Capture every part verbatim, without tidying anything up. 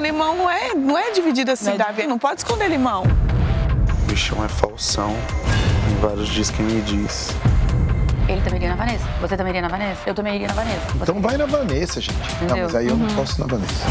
limão não é, não é dividido assim, não, Davi. Não pode esconder limão. O bichão é falsão. Tem vários dias que me diz. Ele também iria na Vanessa. Você também iria na Vanessa. Eu também iria na Vanessa. Você... Então vai na Vanessa, gente. Entendeu? Não, mas aí eu uhum. não posso ir na Vanessa.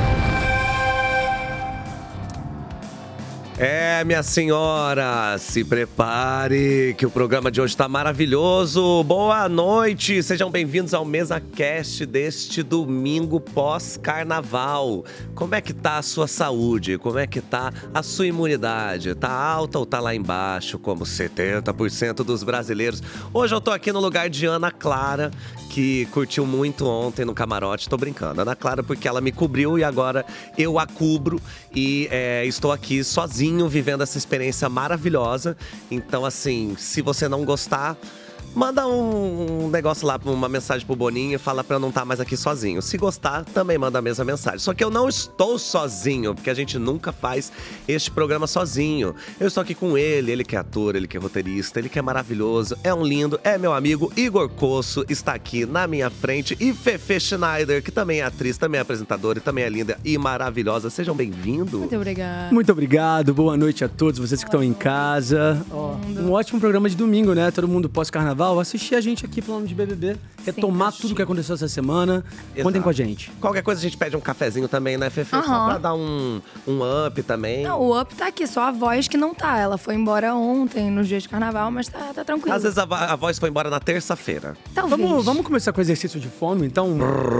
É, minha senhora, se prepare que o programa de hoje está maravilhoso. Boa noite, sejam bem-vindos ao MesaCast deste domingo pós-carnaval. Como é que tá a sua saúde? Como é que tá a sua imunidade? Tá alta ou tá lá embaixo, como setenta por cento dos brasileiros? Hoje eu tô aqui no lugar de Ana Clara, que curtiu muito ontem no camarote. Tô brincando, Ana Clara, porque ela me cobriu e agora eu a cubro e é, estou aqui sozinho, vivendo essa experiência maravilhosa. Então, assim, se você não gostar, manda um negócio lá, uma mensagem pro Boninho e fala pra eu não estar mais aqui sozinho. Se gostar, também manda a mesma mensagem. Só que eu não estou sozinho, porque a gente nunca faz este programa sozinho. Eu estou aqui com ele, ele que é ator, ele que é roteirista, ele que é maravilhoso, é um lindo, é meu amigo Igor Cosso, está aqui na minha frente. E Fefe Schneider, que também é atriz, também é apresentadora e também é linda e maravilhosa. Sejam bem-vindos. Muito obrigada. Muito obrigado, boa noite a todos vocês que estão em casa. Oh, um ótimo programa de domingo, né? Todo mundo pós-carnaval. Assistir a gente aqui falando de B B B, retomar Sim, tudo que aconteceu essa semana. Exato. Contem com a gente. Qualquer coisa a gente pede um cafezinho também, né, Fefe? Uhum. Só pra dar um, um up também. Não, o up tá aqui, só a voz que não tá. Ela foi embora ontem, nos dias de carnaval, mas tá, tá tranquilo. Às vezes a, a voz foi embora na terça-feira. Talvez. Vamos, vamos começar com o exercício de fome, então?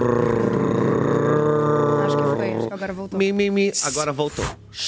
Acho que foi, acho que agora voltou. Mi, mi, mi. Agora voltou.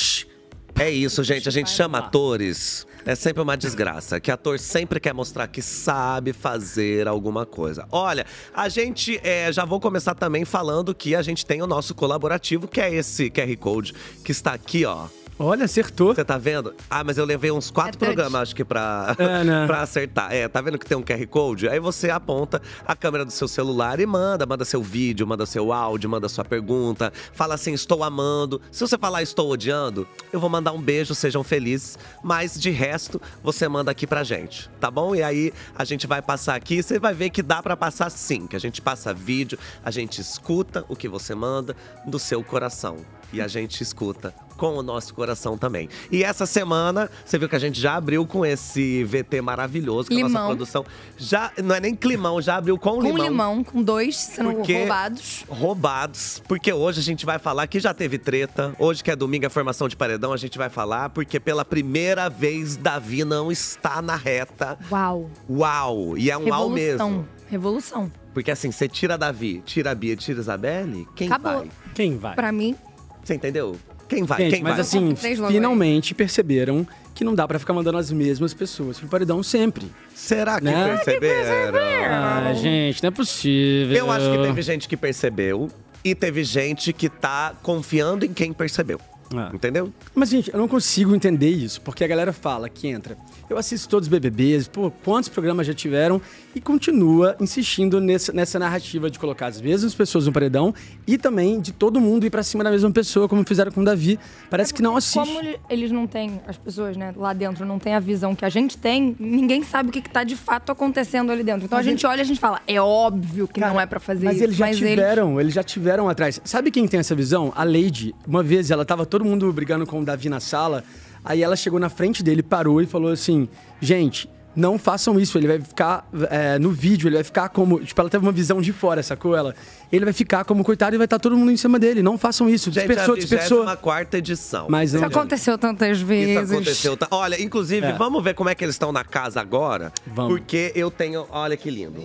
É isso, gente. A gente chama atores. É sempre uma desgraça, que ator sempre quer mostrar que sabe fazer alguma coisa. Olha, a gente, é, já vou começar também falando que a gente tem o nosso colaborativo, que é esse Q R Code, que está aqui, ó. Olha, acertou. Você tá vendo? Ah, mas eu levei uns quatro é programas, acho que, pra, é, né? pra acertar. É, tá vendo que tem um Q R Code? Aí você aponta a câmera do seu celular e manda. Manda seu vídeo, manda seu áudio, manda sua pergunta. Fala assim, estou amando. Se você falar estou odiando, eu vou mandar um beijo, sejam felizes. Mas, de resto, você manda aqui pra gente, tá bom? E aí, a gente vai passar aqui. Você vai ver que dá pra passar sim. Que a gente passa vídeo, a gente escuta o que você manda do seu coração. E a gente escuta com o nosso coração também. E essa semana, você viu que a gente já abriu com esse V T maravilhoso, com limão. A nossa produção. Já, não é nem climão, já abriu com, com limão. Com limão, com dois sendo porque, roubados. Roubados. Porque hoje a gente vai falar que já teve treta. Hoje que é domingo, a formação de paredão, a gente vai falar. Porque pela primeira vez, Davi não está na reta. Uau. Uau. E é um Revolução. uau mesmo. Revolução. Porque assim, você tira Davi, tira a Bia, tira a Isabelle, quem Acabou. vai? Quem vai? Pra mim… Você entendeu? Quem vai? Gente, Quem mas vai? assim, finalmente perceberam que não dá pra ficar mandando as mesmas pessoas pro paredão sempre. Será que né? perceberam? Ah, gente, não é possível. Eu acho que teve gente que percebeu e teve gente que tá confiando em quem percebeu. Ah. Entendeu? Mas, gente, eu não consigo entender isso, porque a galera fala que entra. Eu assisto todos os B B Bs, pô, quantos programas já tiveram e continua insistindo nessa, nessa narrativa de colocar as mesmas pessoas no paredão e também de todo mundo ir pra cima da mesma pessoa, como fizeram com o Davi. Parece é que não assiste. Como eles não têm, as pessoas, né, lá dentro, não têm a visão que a gente tem, ninguém sabe o que, que tá de fato acontecendo ali dentro. Então mas a gente ele... olha e a gente fala, é óbvio que Cara, não é pra fazer mas isso. Eles já mas tiveram, eles... eles já tiveram atrás. Sabe quem tem essa visão? A Lady. Uma vez ela tava todo mundo brigando com o Davi na sala, aí ela chegou na frente dele, parou e falou assim, gente, não façam isso, ele vai ficar é, no vídeo, ele vai ficar como, tipo, ela teve uma visão de fora, sacou ela? Ele vai ficar como coitado e vai estar todo mundo em cima dele, não façam isso, gente, dispersou, a dispersou. vigésima quarta edição. Mas isso aconteceu tantas vezes. Isso aconteceu, tá? Olha, inclusive, é. vamos ver como é que eles estão na casa agora, vamos. Porque eu tenho, olha que lindo.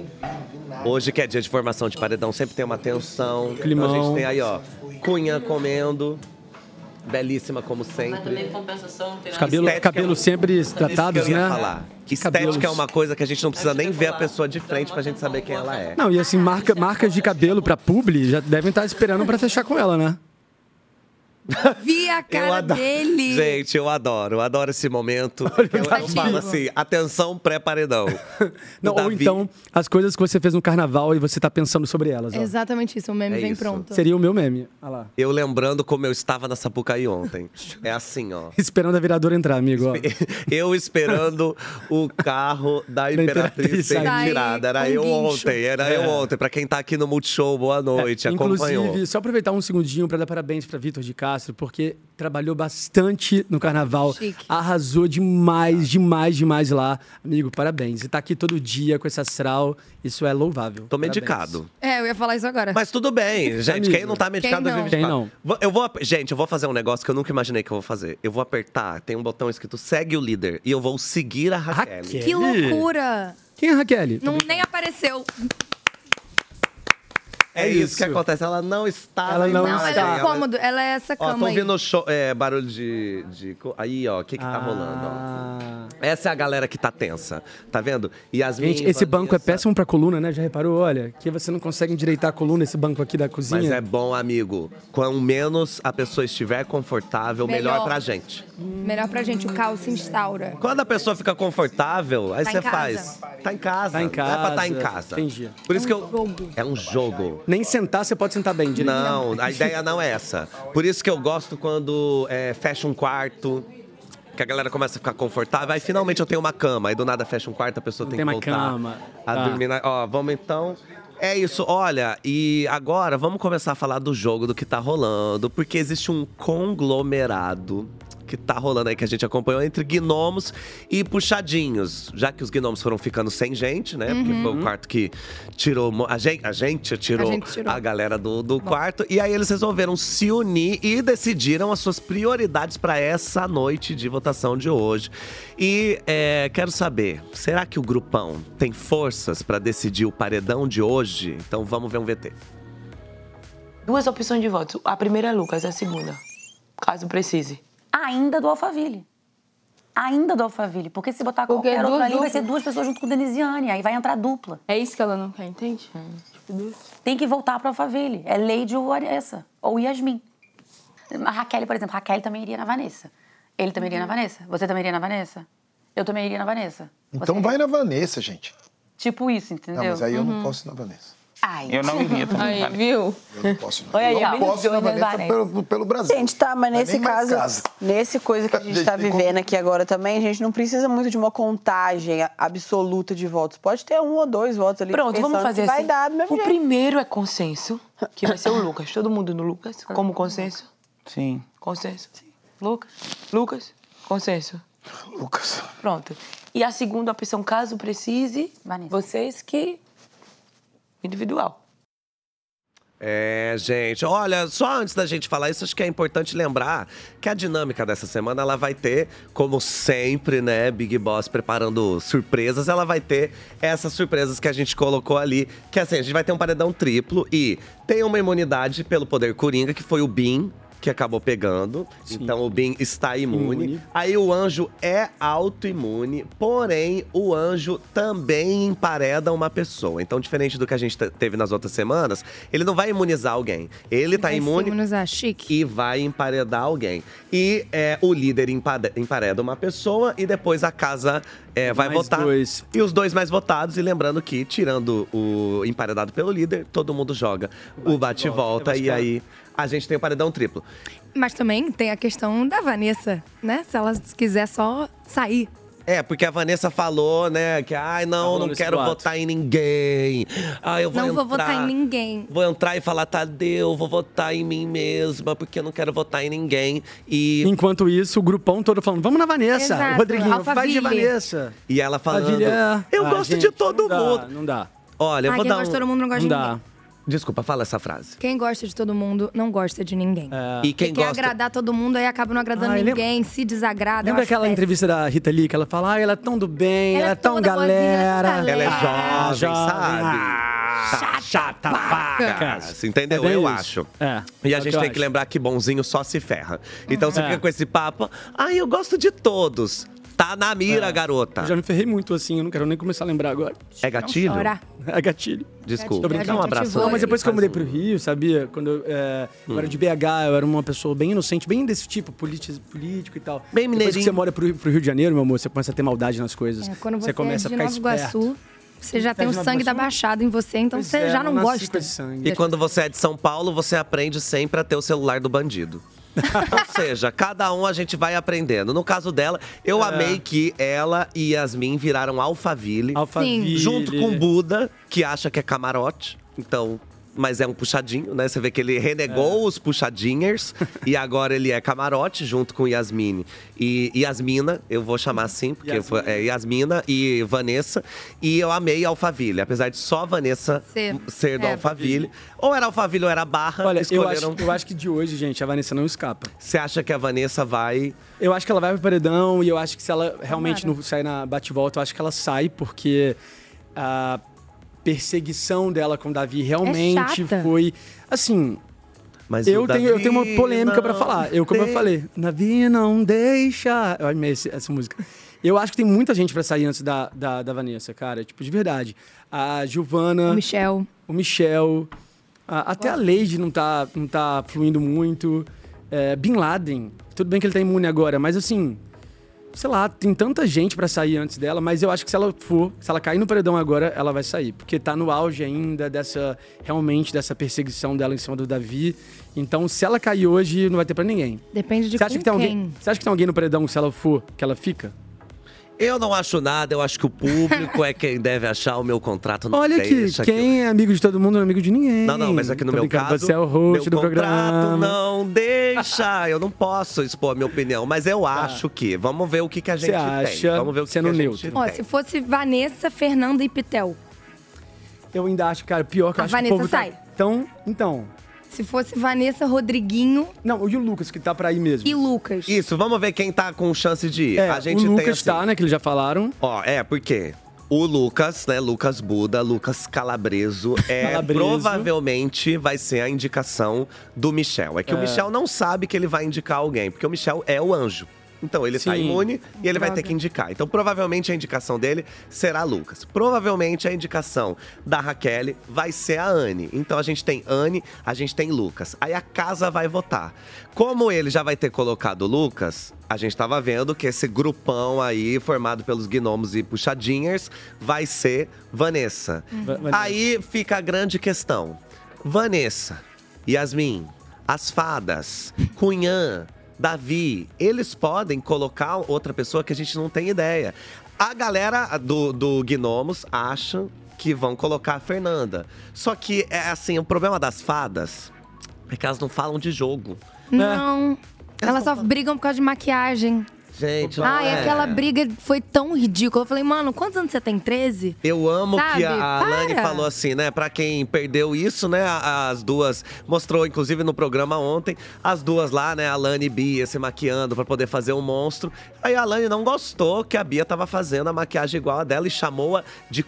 Hoje que é dia de formação de paredão, sempre tem uma tensão. Climão. Então a gente tem aí, ó, Cunha comendo. Belíssima, como sempre. Mas também compensação, tem Os cabelos cabelo sempre tratados, que eu ia né? falar. Que Estética cabelos. é uma coisa que a gente não precisa nem ver a pessoa de frente pra gente saber quem ela é. Não, e assim, marca, marcas de cabelo pra publi já devem estar esperando pra fechar com ela, né? Vi a cara adoro. dele. Gente, eu adoro. Eu adoro esse momento. Eu, eu falo assim, atenção pré-paredão. Não, ou então, as coisas que você fez no carnaval e você tá pensando sobre elas. Ó. Exatamente isso, o meme É vem isso. pronto. Seria o meu meme. Olha lá. Eu lembrando como eu estava na Sapucaí ontem. É assim, ó. Esperando a viradora entrar, amigo. Ó. Eu esperando o carro da Imperatriz ser Imperatriz tirada. Era com eu guincho. ontem, era É. eu ontem. Pra quem tá aqui no Multishow, boa noite, É, acompanhou. inclusive, só aproveitar um segundinho para dar parabéns para Vitor de Castro, porque trabalhou bastante no carnaval. Chique. Arrasou demais, demais, demais lá. Amigo, parabéns. E tá aqui todo dia com esse astral, isso é louvável. Tô Parabéns. medicado. É, eu ia falar isso agora. Mas tudo bem, gente. Amigo. Quem não tá medicado Quem não? vive de Quem fato. não? Vou- Eu vou, ap- gente, eu vou fazer um negócio que eu nunca imaginei que eu vou fazer. Eu vou apertar, tem um botão escrito segue o líder. E eu vou seguir a Raquel. Raquel. Que loucura! Quem é a Raquel? Não, nem apareceu. É isso que acontece, ela não está Ela na não Não, imagem. ela é está. cômodo. Ela é essa Ó, cama tô aí. ouvindo show, é, barulho de, de co- Aí, ó, o que que tá rolando, ó. Ah. Essa é a galera que tá tensa, tá vendo? Yasmin, Gente, esse banco é Vanessa. péssimo pra coluna, né? Já reparou? Olha, que você não consegue endireitar a coluna, esse banco aqui da cozinha. Mas é bom, amigo. Quanto menos a pessoa estiver confortável, melhor, Melhor. pra gente. Melhor pra gente, o caos se instaura. Quando a pessoa fica confortável, aí Tá você em casa. faz. Tá em casa. Tá em Não é pra estar casa, em casa. entendi. Por isso É que um eu. jogo. É um jogo. Nem sentar, você pode sentar bem direito. Não, a ideia não é essa. Por isso que eu gosto quando é, fecha um quarto, que a galera começa a ficar confortável. Aí finalmente eu tenho uma cama. Aí do nada fecha um quarto, a pessoa Não tem, tem que uma voltar cama. a Tá. dormir. Na... Ó, vamos então. É isso, olha, e agora vamos começar a falar do jogo, do que tá rolando, porque existe um conglomerado que tá rolando aí, que a gente acompanhou, entre gnomos e puxadinhos. Já que os gnomos foram ficando sem gente, né? Porque foi o quarto que tirou. mo- A gente, a gente tirou A a, gente tirou. galera do, do quarto. E aí eles resolveram se unir e decidiram as suas prioridades para essa noite de votação de hoje. E é, quero saber, será que o grupão tem forças para decidir o paredão de hoje? Então vamos ver um V T. Duas opções de voto. A primeira é Lucas, a segunda. Caso precise. Ainda do Alphaville. Ainda do Alphaville. Porque se botar Porque qualquer outro duas ali, vai ser duplas. duas pessoas junto com Denisiane. Aí vai entrar dupla. É isso que ela não quer, entende? Tipo, duas. Tem que voltar pro Alphaville. É Leide ou Vanessa. Ou Yasmin. A Raquel, por exemplo. Raquel também iria na Vanessa. Ele também iria na Vanessa. Você também iria na Vanessa. Eu também iria na Vanessa. Então Você- vai na Vanessa, gente. Tipo isso, entendeu? Não, mas aí eu não posso ir na Vanessa. Ai. Eu não iria também. Aí, viu? Eu não posso ir na Olha aí, Eu ó, não posso ir na Jonas Vanessa Vanessa. pelo, pelo Brasil. Gente, tá, mas Não é nesse nem mais caso, casa. nesse coisa que a gente tá tem como- vivendo aqui agora também, a gente não precisa muito de uma contagem absoluta de votos. Pode ter um ou dois votos ali. Pronto, vamos pensando fazer que vai assim. dar do mesmo O jeito. primeiro é consenso, que vai ser o Lucas. Todo mundo no Lucas, como consenso. Sim. Consenso. Lucas. Lucas, consenso. Lucas. Pronto. E a segunda opção, caso precise, Vanessa. vocês que... Individual. É, gente, olha, só antes da gente falar isso, acho que é importante lembrar que a dinâmica dessa semana, ela vai ter, como sempre, né, Big Boss preparando surpresas, ela vai ter essas surpresas que a gente colocou ali, que assim, a gente vai ter um paredão triplo e tem uma imunidade pelo poder coringa, que foi o Bin, que acabou pegando. Sim. Então o Bin está imune. Imune. Aí o anjo é autoimune, porém o anjo também empareda uma pessoa. Então, diferente do que a gente te- teve nas outras semanas, ele não vai imunizar alguém. Ele tá Vai se imune imunizar, chique. e vai emparedar alguém. E é, o líder empade- empareda uma pessoa e depois a casa é, vai Mais votar. dois. E os dois mais votados. E lembrando que, tirando o emparedado pelo líder, todo mundo joga o bate-volta. E aí a gente tem o paredão triplo. Mas também tem a questão da Vanessa, né? Se ela quiser só sair. É, porque a Vanessa falou, né, que ai, não, rolando não esse quero boato. votar em ninguém. Ai, eu vou Não entrar, vou votar em ninguém. Vou entrar e falar, Tadeu, vou votar em mim mesma, porque eu não quero votar em ninguém. E, Enquanto isso, o grupão todo falando, vamos na Vanessa. Exato, Rodriguinho, Alphaville. vai de Vanessa. e ela falando, Maravilha. eu Ah, gosto gente, de todo não dá, mundo. Não dá. Olha, eu Ah, vou quem dar gosta de um... todo mundo não gosta Não de dá. ninguém. Desculpa, fala essa frase. Quem gosta de todo mundo não gosta de ninguém. É. E quem quer gosta... agradar todo mundo, aí acaba não agradando Ai, lembra- ninguém, se desagrada. eu Lembra acho aquela péssimo. entrevista da Rita Lee, que ela fala, ah, ela é tão do bem, Ela ela, é é tão toda boazinha, galera. ela é toda Ela é galera. jovem, jovem. sabe? Ah, chata, vaca. Entendeu? É bem eu isso. acho. É. E É a o gente que eu tem que acho. lembrar que bonzinho só se ferra. Então você É. fica com esse papo, ai, eu gosto de todos. está na mira, É. garota. Eu já me ferrei muito assim, eu não quero nem começar a lembrar agora. É gatilho? É gatilho. Desculpa. Tô brincando. Um abraço. Não, mas depois que eu mudei pro Rio, sabia? Quando eu, é, eu Hum. era de B H, eu era uma pessoa bem inocente, bem desse tipo, politi- político e tal. Bem Depois mineirinho. que você mora pro, pro Rio de Janeiro, meu amor, você começa a ter maldade nas coisas. É, quando você, começa é de a ficar Nova esperto. Iguaçu, você já Você tem é o de Nova sangue da Iguaçu? Baixada em você, então Pois você é, já não eu nasci gosta. com esse sangue. E quando você é de São Paulo, você aprende sempre a ter o celular do bandido. Ou seja, cada um a gente vai aprendendo. No caso dela, eu É. amei que ela e Yasmin viraram Alphaville. Alphaville. Junto com Buda, que acha que é camarote. Então, mas é um puxadinho, né? Você vê que ele renegou os puxadinhers e agora ele é camarote junto com Yasmine e Yasmina, eu vou chamar assim, porque Yasmina. foi- é Yasmina e Vanessa. E eu amei Alphaville, apesar de só Vanessa Ser. ser do É. Alphaville. Ou era Alphaville ou era Barra. Olha, eu escolheram. acho, eu acho que de hoje, gente, a Vanessa não escapa. Você acha que a Vanessa vai. Eu acho que ela vai pro paredão e eu acho que se ela realmente não sair na bate-volta, eu acho que ela sai, porque a perseguição dela com o Davi realmente chata. foi. Assim, Mas eu o tenho, eu Davi tenho uma polêmica pra não falar. Eu, como eu de- falei, Davi não deixa. Eu amei esse- essa música. Eu acho que tem muita gente pra sair antes da, da, da Vanessa, cara. Tipo, de verdade. A Giovana. O Michel. O Michel. a- até a Lady não tá, não tá fluindo muito. É, Bin Laden. Tudo bem que ele tá imune agora, mas assim. Sei lá, tem tanta gente pra sair antes dela, mas eu acho que se ela for, se ela cair no paredão agora, ela vai sair. Porque tá no auge ainda dessa, realmente, dessa perseguição dela em cima do Davi. Então, se ela cair hoje, não vai ter pra ninguém. Depende de Você acha, com que tem quem. alguém, você acha que tem alguém no paredão, se ela for, que ela fica? Eu não acho nada, eu acho que o público é quem deve achar o meu contrato. Não Olha aqui, deixa que eu- quem é amigo de todo mundo não é amigo de ninguém. Não, não, mas é que no Tô meu brincando, caso, você é o host meu do contrato programa. não deixa. Eu não posso expor a minha opinião, mas eu acho que. Vamos ver o que, que a gente Você acha, tem. Vamos ver o que, sendo que a neutro. gente Ó, tem. se fosse Vanessa, Fernanda e Pitel. Eu ainda acho, cara, pior que eu A acho Vanessa que o povo sai. tá... Então, então... Se fosse Vanessa, Rodriguinho Não, e o Lucas, que tá pra ir mesmo? e Lucas. Isso, vamos ver quem tá com chance de ir. É, a gente o Lucas tem assim, tá, né, que eles já falaram. Ó, é, porque o Lucas, né, Lucas Buda, Lucas Calabreso, é, Calabreso. provavelmente vai ser a indicação do Michel. É que o É. Michel não sabe que ele vai indicar alguém, porque o Michel é o anjo. Então ele tá Sim. imune e ele vai Droga. ter que indicar. Então provavelmente a indicação dele será Lucas. Provavelmente a indicação da Raquel vai ser a Anne. Então a gente tem Anne, a gente tem Lucas. Aí a casa vai votar. Como ele já vai ter colocado o Lucas, a gente tava vendo que esse grupão aí, formado pelos gnomos e puxadinhas, vai ser Vanessa. Va- Vanessa. Aí fica a grande questão. Vanessa, Yasmin, as fadas, Cunhã, Davi, eles podem colocar outra pessoa que a gente não tem ideia. A galera do, do Gnomos acha que vão colocar a Fernanda. Só que, é assim, o problema das fadas é que elas não falam de jogo. Não. Elas só brigam por causa de maquiagem. Gente, não Ai, é. aquela briga foi tão ridícula. Eu falei, mano, quantos anos você tem? treze? Eu amo Sabe? que a Alane Para. falou assim, né? Pra quem perdeu isso, né? a- As duas, mostrou inclusive no programa ontem, as duas lá, né? A Alane e Bia se maquiando pra poder fazer um monstro. Aí a Alane não gostou que a Bia tava fazendo a maquiagem igual a dela e chamou-a de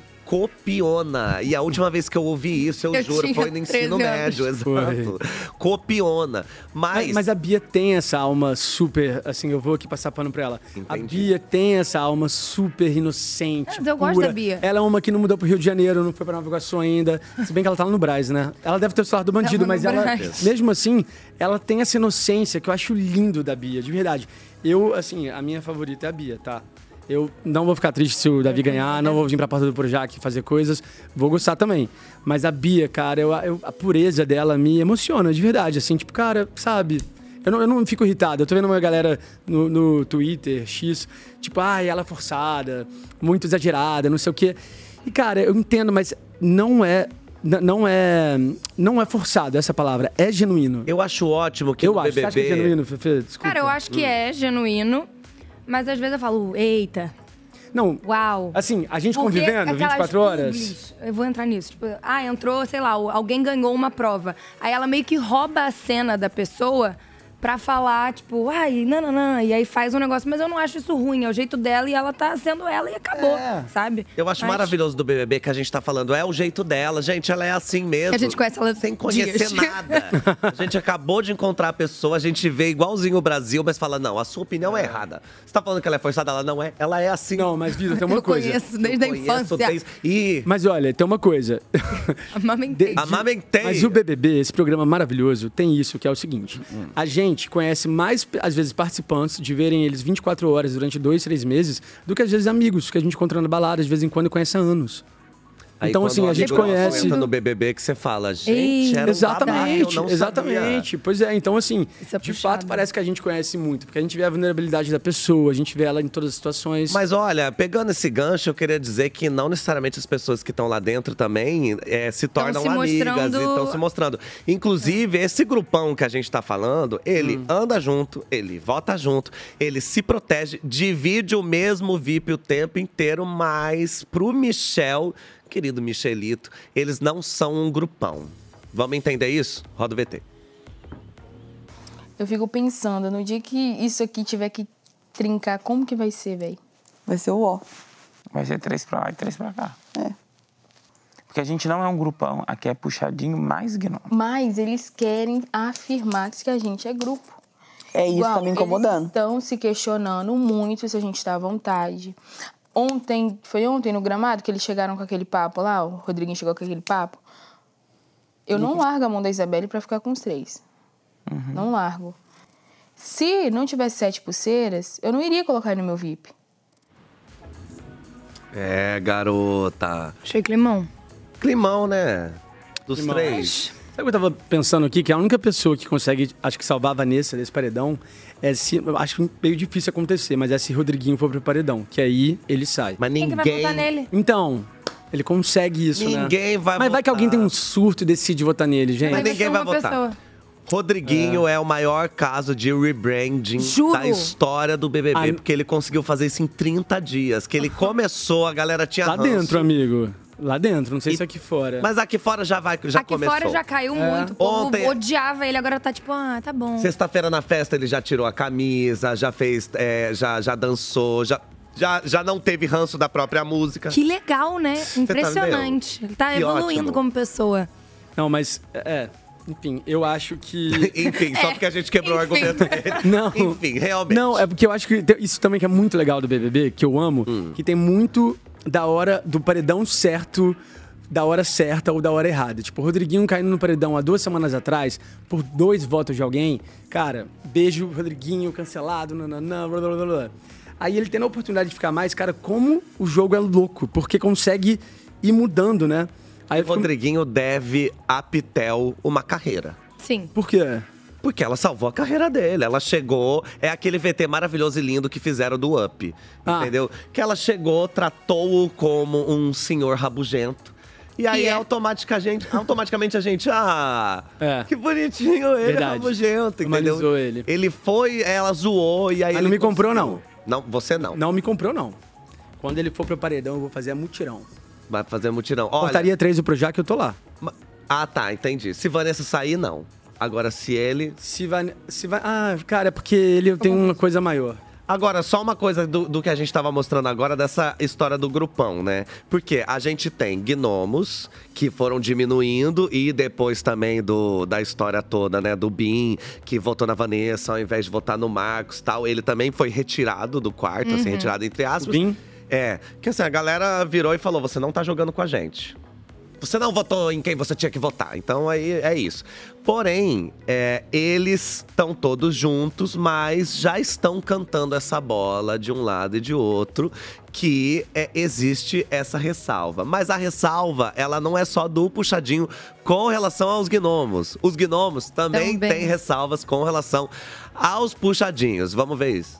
copiona. E a última vez que eu ouvi isso, eu, Eu juro, tinha foi no ensino treze anos. médio, exato. Copiona. Mas, Mas, mas a Bia tem essa alma super, assim, eu vou aqui passar pano pra ela. A Entendi. Bia tem essa alma super inocente, Mas eu gosto pura. da Bia. Ela é uma que não mudou pro Rio de Janeiro, não foi pra Nova Iguaçu ainda. Se bem que ela tá lá no Brás, né? Ela deve ter o celular do bandido, Tava no mas ela, Brás. mesmo assim, ela tem essa inocência que eu acho lindo da Bia, de verdade. Eu, assim, a minha favorita é a Bia, tá? Eu não vou ficar triste se o Davi ganhar, não vou vir pra porta do Projac fazer coisas, vou gostar também. Mas a Bia, cara, eu, eu- a pureza dela me emociona, de verdade. Assim, tipo, cara, sabe? Eu não, eu não fico irritado. Eu tô vendo uma galera no, no Twitter, X, tipo, ai, ela é forçada, muito exagerada, não sei o quê. E, cara, eu entendo, mas não é. n- Não é. Não é forçado essa palavra, é genuíno. eu acho ótimo que Eu no acho. Você B B acha que é B… genuíno, Fefe? Desculpa. Cara, eu acho que é genuíno. Mas às vezes eu falo, eita, Não, uau. assim, a gente Porque convivendo aquelas vinte e quatro horas. publis, eu vou entrar nisso. Tipo, ah, entrou, sei lá, alguém ganhou uma prova. Aí ela meio que rouba a cena da pessoa pra falar, tipo, ai, nananã, e aí faz um negócio, mas eu não acho isso ruim, é o jeito dela e ela tá sendo ela e acabou, É. sabe? Eu acho Mas- maravilhoso do B B B que a gente tá falando, é o jeito dela. Gente, ela é assim mesmo. Que a gente conhece ela sem conhecer dias. nada. A gente acabou de encontrar a pessoa, a gente vê igualzinho o Brasil, mas fala, não, a sua opinião é errada. Você tá falando que ela é forçada? Ela não é. Ela é assim. Não, mas Vitor, tem uma Eu coisa. conheço desde a Conheço infância. desde- Ih, Mas olha, tem uma coisa. Amamentei. amamentei. Mas o B B B, esse programa maravilhoso, tem isso, que é o seguinte. A gente conhece mais, às vezes, participantes de verem eles vinte e quatro horas durante dois, três meses, do que, às vezes, amigos que a gente encontra na balada, de vez em quando, e conhece há anos. Aí, Então, quando assim, um a gente amigo nosso conhece- entra no B B B que você fala, gente, Ei, era um babado, eu Exatamente, não exatamente. sabia. Pois é, então assim, Isso é de puxado. fato parece que a gente conhece muito, porque a gente vê a vulnerabilidade da pessoa, a gente vê ela em todas as situações. Mas olha, pegando esse gancho, eu queria dizer que não necessariamente as pessoas que estão lá dentro também é, se tornam se amigas mostrando- e estão se mostrando. Inclusive, esse grupão que a gente tá falando, ele Hum. anda junto, ele vota junto, ele se protege, divide o mesmo V I P o tempo inteiro, mas pro Michel, querido Michelito, eles não são um grupão. Vamos entender isso? Roda o V T. Eu fico pensando, no dia que isso aqui tiver que trincar, como que vai ser, velho? Vai ser o ó. Vai ser três pra lá e três pra cá. É. Porque a gente não é um grupão, aqui é puxadinho mais gnomo. Mas eles querem afirmar que a gente é grupo. É isso, Igual, tá me incomodando. Eles estão se questionando muito se a gente tá à vontade. Ontem, foi ontem no gramado que eles chegaram com aquele papo lá, o Rodriguinho chegou com aquele papo. Eu não largo a mão da Isabelle pra ficar com os três. Uhum. Não largo. Se não tivesse sete pulseiras, eu não iria colocar ele no meu V I P. É, garota. Achei climão. Climão, né? Dos Climão. três. Sabe o que eu tava pensando aqui? Que a única pessoa que consegue, acho que salvar a Vanessa desse paredão é se. Eu acho meio difícil acontecer, mas é se Rodriguinho for pro paredão, que aí ele sai. Mas Quem que vai votar ninguém. nele? Então, ele consegue isso, né? Ninguém vai Mas vai que votar. alguém tem um surto e decide votar nele, gente. Mas Vai ninguém ser vai uma votar. pessoa. Rodriguinho é. o maior caso de rebranding Juro. da história do B B B, Ai. porque ele conseguiu fazer isso em trinta dias. Que ele começou, a galera tinha Lá ranço. dentro, amigo. Lá dentro, não sei E- se aqui fora. Mas aqui fora já vai, já Aqui começou. fora já caiu É. muito. O povo Ontem- odiava ele, agora tá tipo, ah, tá bom. Sexta-feira na festa ele já tirou a camisa, já fez, é, já, já dançou, já, já, já não teve ranço da própria música. Que legal, né? tá Impressionante. Ele tá Que evoluindo ótimo. como pessoa. Não, mas, é. Enfim, eu acho que. Enfim, só porque a gente quebrou o enfim. argumento dele. Não. Enfim, realmente. Não, é porque eu acho que tem- isso também que é muito legal do B B B, que eu amo, Hum. que tem muito da hora do paredão certo, da hora certa ou da hora errada. Tipo, o Rodriguinho caindo no paredão há duas semanas atrás, por dois votos de alguém, cara, beijo, Rodriguinho, cancelado, nananã, blá, blá, blá, blá. Aí ele tendo a oportunidade de ficar mais, cara, como o jogo é louco, porque consegue ir mudando, né? Aí eu O fico- Rodriguinho deve a Pitel uma carreira. Sim. Por quê? Porque ela salvou a carreira dele. Ela chegou, é aquele V T maravilhoso e lindo que fizeram do Up. Ah. Entendeu? Que ela chegou, tratou-o como um senhor rabugento. E aí, Que é. automaticamente, automaticamente a gente, ah, É. que bonitinho ele, Verdade. rabugento, entendeu? Humanizou ele. Ele foi, ela zoou e aí Mas ele não me comprou, conseguiu. Não, você não. Não me comprou, não. Quando ele for pro paredão, eu vou fazer a mutirão. Vai fazer mutirão. Olha, Portaria três do Projac, eu tô lá. ma- ah, tá, entendi. Se Vanessa sair, não. Agora, se ele... Se vai, se vai. Ah, cara, é porque ele tem uma coisa maior. Agora, só uma coisa do, do que a gente estava mostrando agora dessa história do grupão, né? Porque a gente tem gnomos que foram diminuindo e depois também do, da história toda, né? Do Bin, que votou na Vanessa ao invés de votar no Marcos e tal. Ele também foi retirado do quarto, assim, retirado entre aspas. Bin? É, que assim, a galera virou e falou, você não tá jogando com a gente. Você não votou em quem você tinha que votar. Então, aí é isso. Porém, é, eles estão todos juntos, mas já estão cantando essa bola de um lado e de outro, que é, existe essa ressalva. Mas a ressalva, ela não é só do puxadinho com relação aos gnomos. Os gnomos também, Também. têm ressalvas com relação aos puxadinhos. Vamos ver isso.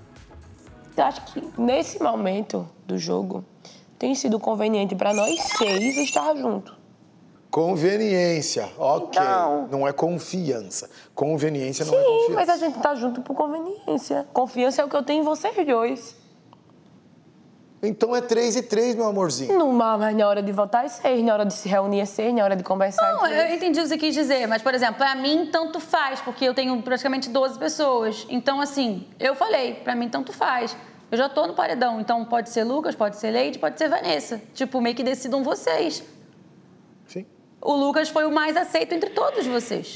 Eu acho que nesse momento do jogo tem sido conveniente para nós seis estar juntos. Conveniência, ok. Não. Não é confiança. Conveniência não é Sim, confiança. mas a gente tá junto por conveniência. Confiança é o que eu tenho em vocês dois. Então é três e três, meu amorzinho. Não, mas na hora de votar é seis, na hora de se reunir é seis, na hora de conversar Não, é três. eu entendi o que você quis dizer, mas, por exemplo, pra mim tanto faz, porque eu tenho praticamente doze pessoas. Então, assim, eu falei, pra mim tanto faz. Eu já tô no paredão, então pode ser Lucas, pode ser Leide, pode ser Vanessa. Tipo, meio que decidam vocês. Sim. O Lucas foi o mais aceito entre todos vocês.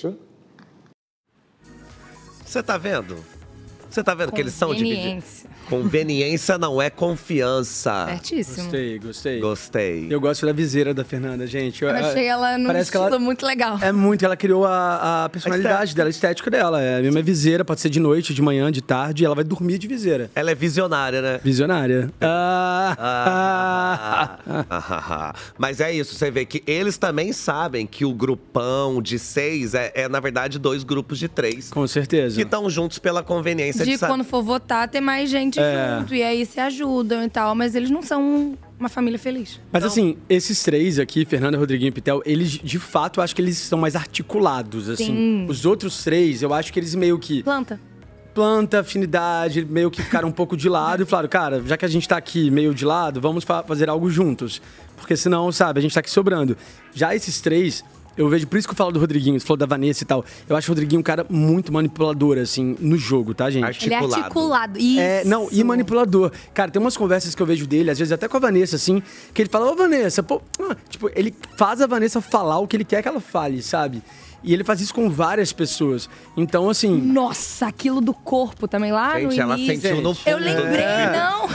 Você tá vendo? Você tá vendo que eles são divididos? Conveniência. Conveniência não é confiança. Certíssimo. Gostei, gostei. Gostei. Eu gosto da viseira da Fernanda, gente. Eu achei ela num parece que estilo ela- muito legal. É muito, ela criou a, a personalidade dela, a estética dela. É a mesma viseira, pode ser de noite, de manhã, de tarde, ela vai dormir de viseira. Ela é visionária, né? Visionária. Ah, Ah, ah, ah, ah. Mas é isso, você vê que eles também sabem que o grupão de seis é, é, na verdade, dois grupos de três. Com certeza. Que estão juntos pela conveniência de, De saber. quando for votar, ter mais gente É. junto. E aí se ajudam e tal. Mas eles não são uma família feliz. Mas assim, esses três aqui, Fernanda, Rodriguinho e Pitel, eles, de fato, eu acho que eles são mais articulados, assim. Sim. Os outros três, eu acho que eles meio que... Planta. Planta, afinidade, meio que ficaram um pouco de lado e falaram, cara, já que a gente tá aqui meio de lado, vamos fa- fazer algo juntos. Porque senão, sabe, a gente tá aqui sobrando. Já esses três, eu vejo, por isso que eu falo do Rodriguinho, você falou da Vanessa e tal. Eu acho o Rodriguinho um cara muito manipulador, assim, no jogo, tá, gente? Ele é articulado. Isso. É, não, e manipulador. Cara, tem umas conversas que eu vejo dele, às vezes até com a Vanessa, assim, que ele fala, ô Vanessa, pô, ah", tipo, ele faz a Vanessa falar o que ele quer que ela fale, sabe? E ele faz isso com várias pessoas. Então, assim. Nossa, aquilo do corpo também lá Gente, no ela início. sentiu no fundo. Eu lembrei, É. não.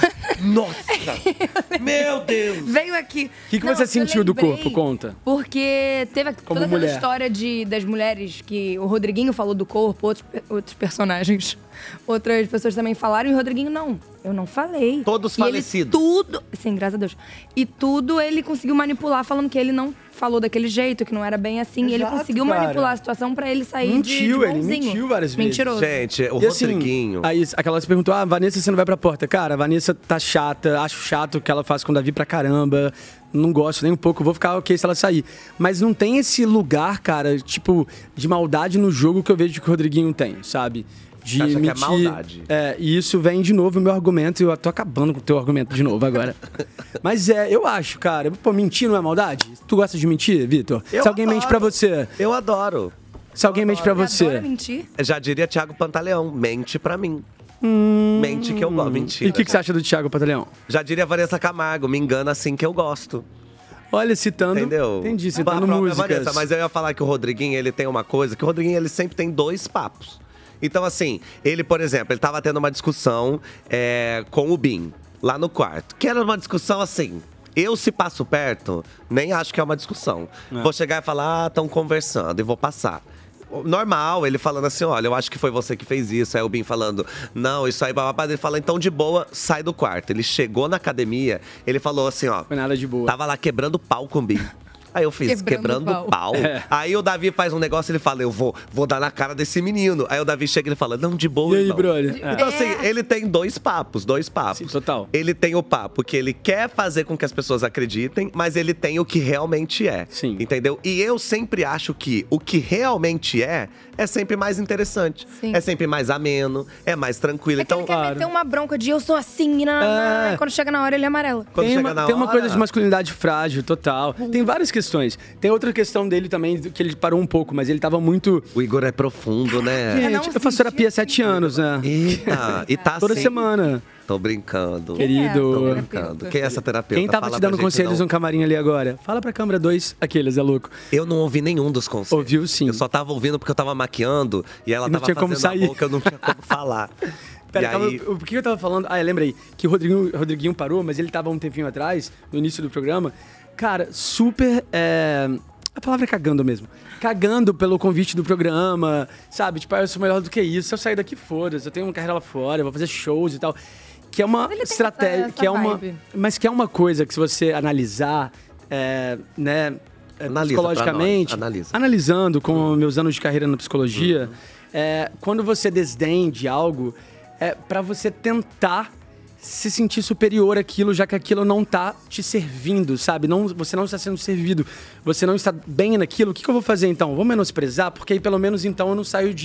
Nossa! Meu Deus! Veio aqui. O que, que Não, você eu sentiu do lembrei corpo? Conta. Porque teve Como toda aquela mulher. história de, das mulheres que o Rodriguinho falou do corpo, outros, pe- outros personagens, outras pessoas também falaram, e o Rodriguinho, não, eu não falei. Todos E ele falecidos. tudo, sim, graças a Deus. E tudo ele conseguiu manipular, falando que ele não falou daquele jeito, que não era bem assim. e ele Exato, conseguiu cara. manipular a situação pra ele sair Mentiu, de, de ele bonzinho. mentiu várias vezes. Mentiroso. Gente, o E assim, Rodriguinho. aí aquela se perguntou, ah, Vanessa, você não vai pra porta. Cara, a Vanessa tá chata, acho chato o que ela faz com o Davi pra caramba. Não gosto nem um pouco, vou ficar ok se ela sair. Mas não tem esse lugar, cara, tipo, de maldade no jogo que eu vejo que o Rodriguinho tem, sabe? De Você acha que é mentir. maldade? É, e isso vem de novo o meu argumento, e eu tô acabando com o teu argumento de novo agora. Mas é, eu acho, cara, pô, mentir não é maldade? Tu gosta de mentir, Vitor? Eu Se alguém mente adoro. pra você, Eu adoro. se alguém mente pra Adora você, mentir. Já diria Thiago Pantaleão, mente pra mim. Hum. Mente que eu gosto. Mentira. E o que, que você acha do Thiago Pantaleão? Já diria Vanessa Camargo, me engana assim que eu gosto. Olha, citando. Entendeu? Entendi, A citando própria músicas. Vanessa, mas eu ia falar que o Rodriguinho, ele tem uma coisa, que o Rodriguinho, ele sempre tem dois papos. Então, assim, ele, por exemplo, ele tava tendo uma discussão é, com o Bin, lá no quarto. Que era uma discussão assim, eu se passo perto, nem acho que é uma discussão. É. Vou chegar e falar, ah, estão conversando, e vou passar. Normal, ele falando assim, olha, eu acho que foi você que fez isso. Aí o Bin falando, não, isso aí, babá. Ele fala, então de boa, sai do quarto. Ele chegou na academia, ele falou assim, ó. Foi nada de boa. Tava lá quebrando pau com o Bin. Aí eu fiz, Quebrando quebrando, pau. pau. É. Aí o Davi faz um negócio, ele fala, eu vou, vou dar na cara desse menino. Aí o Davi chega e ele fala, não, de boa, E aí, irmão. brother? Então assim, ele tem dois papos, dois papos. Sim, total. Ele tem o papo que ele quer fazer com que as pessoas acreditem, mas ele tem o que realmente é. Sim. Entendeu? E eu sempre acho que o que realmente é, é sempre mais interessante. Sim. É sempre mais ameno, é mais tranquilo. É que Então, ele quer meter uma bronca de eu sou assim, e não, É. e quando chega na hora ele é amarelo. quando Tem chega uma, na tem uma hora- coisa de masculinidade frágil, total. Tem várias questões. Tem outra questão dele também, que ele parou um pouco, mas ele tava muito. O Igor é profundo, né? não Gente, eu faço terapia há sete anos, né? Eita, e tá Toda assim. semana. Tô brincando. Quem é essa Querido. Tô terapeuta? brincando. Quem é essa terapeuta? Quem tava Fala te dando pra gente, conselhos não. no camarim ali agora? Fala pra câmera dois, aqueles, é louco. Eu não ouvi nenhum dos conselhos. Ouviu sim. Eu só tava ouvindo porque eu tava maquiando e ela E não tava tinha como fazendo sair. a boca, eu não tinha como falar. Pera, e calma, aí, o que eu tava falando? Ah, eu lembrei. Que o Rodriguinho, Rodriguinho parou, mas ele tava um tempinho atrás, no início do programa. Cara, super. É... A palavra é cagando mesmo. Cagando pelo convite do programa, sabe? Tipo, ah, eu sou melhor do que isso. Se eu sair daqui, foda-se. Eu tenho uma carreira lá fora, eu vou fazer shows e tal. Que é uma Mas ele tem estratégia. essa- que é essa uma, vibe. mas que é uma coisa que, se você analisar, é, né? é, Analisa pra psicologicamente, nós, analisa. analisando com meus anos de carreira na psicologia, Uhum. é, quando você desdém de algo, é para você tentar se sentir superior àquilo, já que aquilo não tá te servindo, sabe? Não, você não está sendo servido, você não está bem naquilo. O que, que eu vou fazer então? Vou menosprezar? Porque aí pelo menos então eu não saio de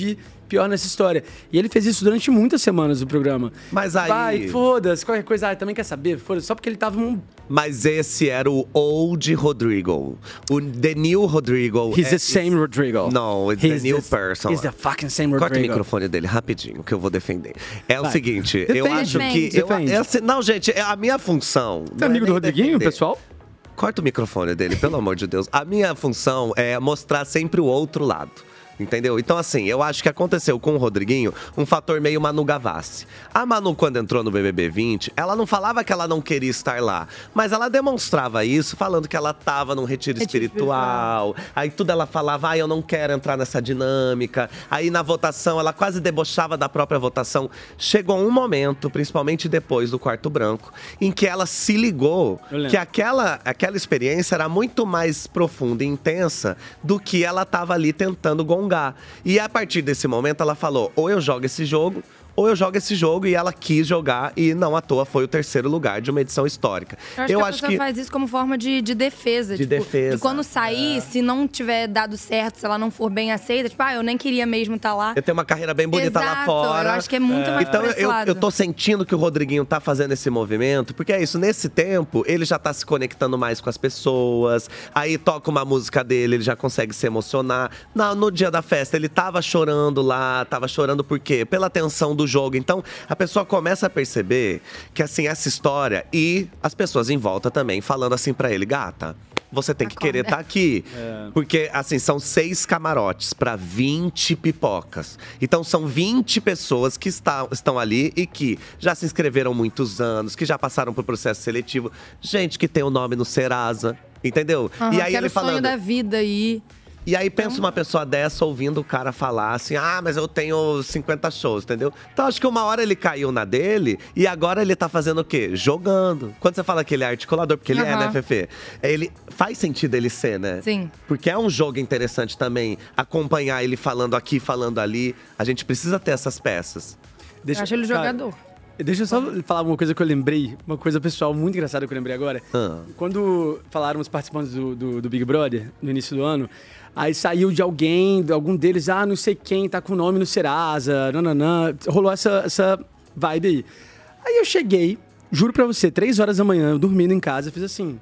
pior nessa história. E ele fez isso durante muitas semanas do programa. Mas aí... Vai, foda-se, qualquer coisa, ah, também quer saber, foda-se, só porque ele tava um... Mas esse era o old Rodrigo. O the new Rodrigo. He's é, the same Rodrigo. No, it's He's the new the- person. he's the fucking same Corta o Rodrigo. microfone dele rapidinho, que eu vou defender. É Vai. o seguinte, eu Defende. acho que... Eu, Defende. essa- não, gente, é a minha função... Você é amigo do Rodriguinho, pessoal? Corta o microfone dele, pelo amor de Deus. A minha função é mostrar sempre o outro lado. Entendeu? Então, assim, eu acho que aconteceu com o Rodriguinho um fator meio Manu Gavassi. A Manu, quando entrou no B B B vinte, ela não falava que ela não queria estar lá, mas ela demonstrava isso falando que ela tava num retiro, Retiro espiritual. Aí tudo ela falava, ah, eu não quero entrar nessa dinâmica. Aí na votação, ela quase debochava da própria votação. Chegou um momento, principalmente depois do Quarto Branco, em que ela se ligou Eu lembro. que aquela, aquela experiência era muito mais profunda e intensa do que ela tava ali tentando gongar. E a partir desse momento ela falou, ou eu jogo esse jogo, ou eu jogo esse jogo, e ela quis jogar, e não à toa foi o terceiro lugar de uma edição histórica. Eu acho que a pessoa faz isso como forma de, de defesa. De tipo, defesa. E quando sair, se não tiver dado certo, se ela não for bem aceita, tipo, ah, eu nem queria mesmo estar lá. Eu tenho uma carreira bem bonita lá Exato, fora. eu acho que é muito mais Então por esse eu, lado. eu tô sentindo que o Rodriguinho tá fazendo esse movimento, porque é isso, nesse tempo, ele já tá se conectando mais com as pessoas. Aí toca uma música dele, ele já consegue se emocionar. No, no dia da festa, ele tava chorando lá, tava chorando por quê? Pela tensão do jogo. Então, a pessoa começa a perceber que, assim, essa história e as pessoas em volta também falando assim pra ele, gata, você tem que querer estar aqui. É. Porque, assim, são seis camarotes pra vinte pipocas. Então, são vinte pessoas que está, estão ali e que já se inscreveram muitos anos, que já passaram por processo seletivo. Gente que tem o nome no Serasa, entendeu? Aham, e aí que era ele o sonho falando... da vida aí. E aí pensa uma pessoa dessa ouvindo o cara falar assim, ah, mas eu tenho cinquenta shows, entendeu? Então acho que uma hora ele caiu na dele e agora ele tá fazendo o quê? Jogando. Quando você fala que ele é articulador, porque ele é, né, Aham. Fefe? Ele faz sentido ele ser, né? Sim. Porque é um jogo interessante também acompanhar ele falando aqui, falando ali. A gente precisa ter essas peças. Eu acho ele cara, jogador. Deixa eu só falar uma coisa que eu lembrei, uma coisa pessoal muito engraçada que eu lembrei agora. Ah. Quando falaram os participantes do, do, do Big Brother, no início do ano, aí saiu de alguém, de algum deles, ah, não sei quem, tá com o nome no Serasa, nananã, rolou essa, essa vibe aí. Aí eu cheguei, juro pra você, três horas da manhã, eu dormindo em casa, fiz assim,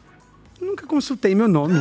nunca consultei meu nome.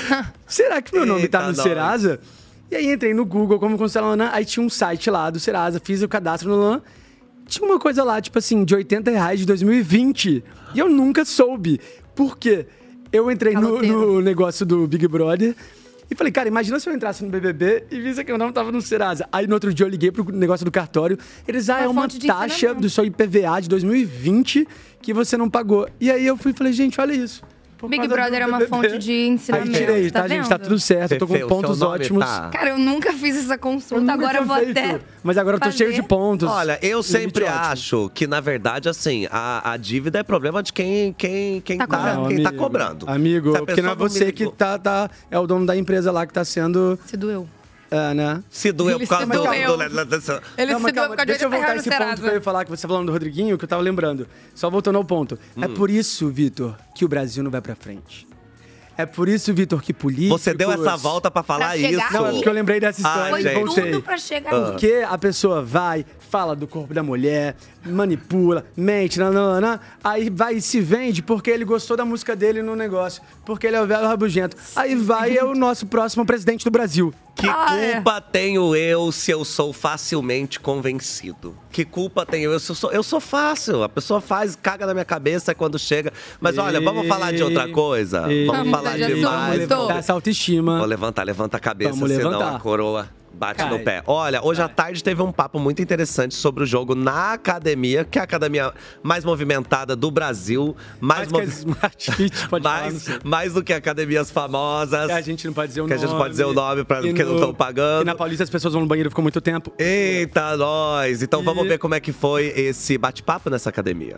Será que meu nome Eita, tá no nós. Serasa? E aí entrei no Google, como consultar Nanã, aí tinha um site lá do Serasa, fiz o cadastro no Nanã, tinha uma coisa lá, tipo assim, de oitenta reais de dois mil e vinte. E eu nunca soube. Por quê? Eu entrei no, no negócio do Big Brother e falei, cara, imagina se eu entrasse no B B B e visse que eu não tava no Serasa. Aí no outro dia eu liguei pro negócio do cartório. Eles, ah, Uma é uma fonte de taxa ensinamento. do seu I P V A de dois mil e vinte que você não pagou. E aí eu fui e falei, gente, olha isso. Por Big causa Brother do é uma B B B. fonte de ensinamento. Aí tirei, tá, tá gente? Tá vendo? tudo certo. Eu tô com Fefe, o pontos seu nome ótimos. tá- Cara, eu nunca fiz essa consulta, nunca agora eu tinha vou feito. até. Mas agora eu tô cheio fazer. de pontos. Olha, eu Limite sempre ótimo. acho que, na verdade, assim, a, a dívida é problema de quem, quem, quem, Tá tá, cobrando. quem tá amigo. cobrando. Amigo, Se a porque não é pessoa me você que ligou- tá, tá. É o dono da empresa lá que tá sendo. Se doeu. É, né? Se doeu Ele por causa se do... doeu. do- Ele Não, se mas doeu calma, por causa de deixa eu oitenta voltar reais no esse ponto Serasa. que eu ia falar, que você falando do Rodriguinho, que eu tava lembrando. Só voltando ao ponto. Hum. É por isso, Vitor, que o Brasil não vai pra frente. É por isso, Vitor, que políticos... Você deu essa volta pra falar Pra chegar isso. Não, é porque eu lembrei dessa história Ai, e gente. voltei. Tudo pra chegar Ah. aqui. Porque a pessoa vai, fala do corpo da mulher, manipula, mente, nananã, aí vai e se vende porque ele gostou da música dele no negócio, porque ele é o velho rabugento. Aí vai é o nosso próximo presidente do Brasil. Que Ah, é. culpa tenho eu se eu sou facilmente convencido? Que culpa tenho eu se eu sou... Eu sou fácil. A pessoa faz, caga na minha cabeça quando chega. Mas olha, vamos falar de outra coisa? E- Vamos Vamos falar mudar de de assunto. mais. Vamos levantar essa autoestima. Vou levantar, levanta a cabeça, Vamos senão levantar. a coroa bate Cai. no pé. Olha, hoje à tarde teve um papo muito interessante sobre o jogo na academia, que é a academia mais movimentada do Brasil. Mais, Mais que a movi- Smart Fit, pode falar, não mais, sei. mais do que academias famosas. Que a gente não pode dizer o Que a nome. gente pode dizer o nome pra- E porque não no- tão pagando. E na Paulista as pessoas vão no banheiro e ficam muito tempo. Eita, nós! Então vamos E- ver como é que foi esse bate-papo nessa academia.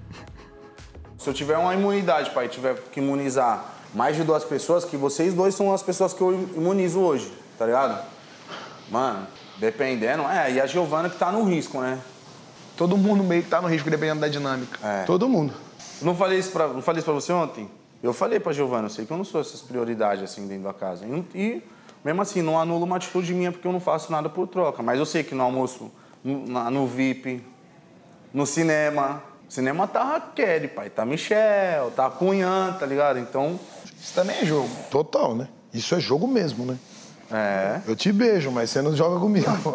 Se eu tiver uma imunidade, pai, tiver que imunizar mais de duas pessoas, que vocês dois são as pessoas que eu imunizo hoje, tá ligado? Mano, dependendo, é, e a Giovana que tá no risco, né? Todo mundo meio que tá no risco, dependendo da dinâmica. É. Todo mundo. Não falei isso pra, não falei isso pra você ontem? Eu falei pra Giovana, eu sei que eu não sou essas prioridades assim dentro da casa. E, e mesmo assim, não anula uma atitude minha porque eu não faço nada por troca. Mas eu sei que no almoço, no, na- no V I P, no cinema... Cinema tá Raquel, pai. Tá Michel, tá Cunhã, tá ligado? Então... Isso também é jogo. Total, né? Isso é jogo mesmo, né? É. Eu te beijo, mas você não joga comigo.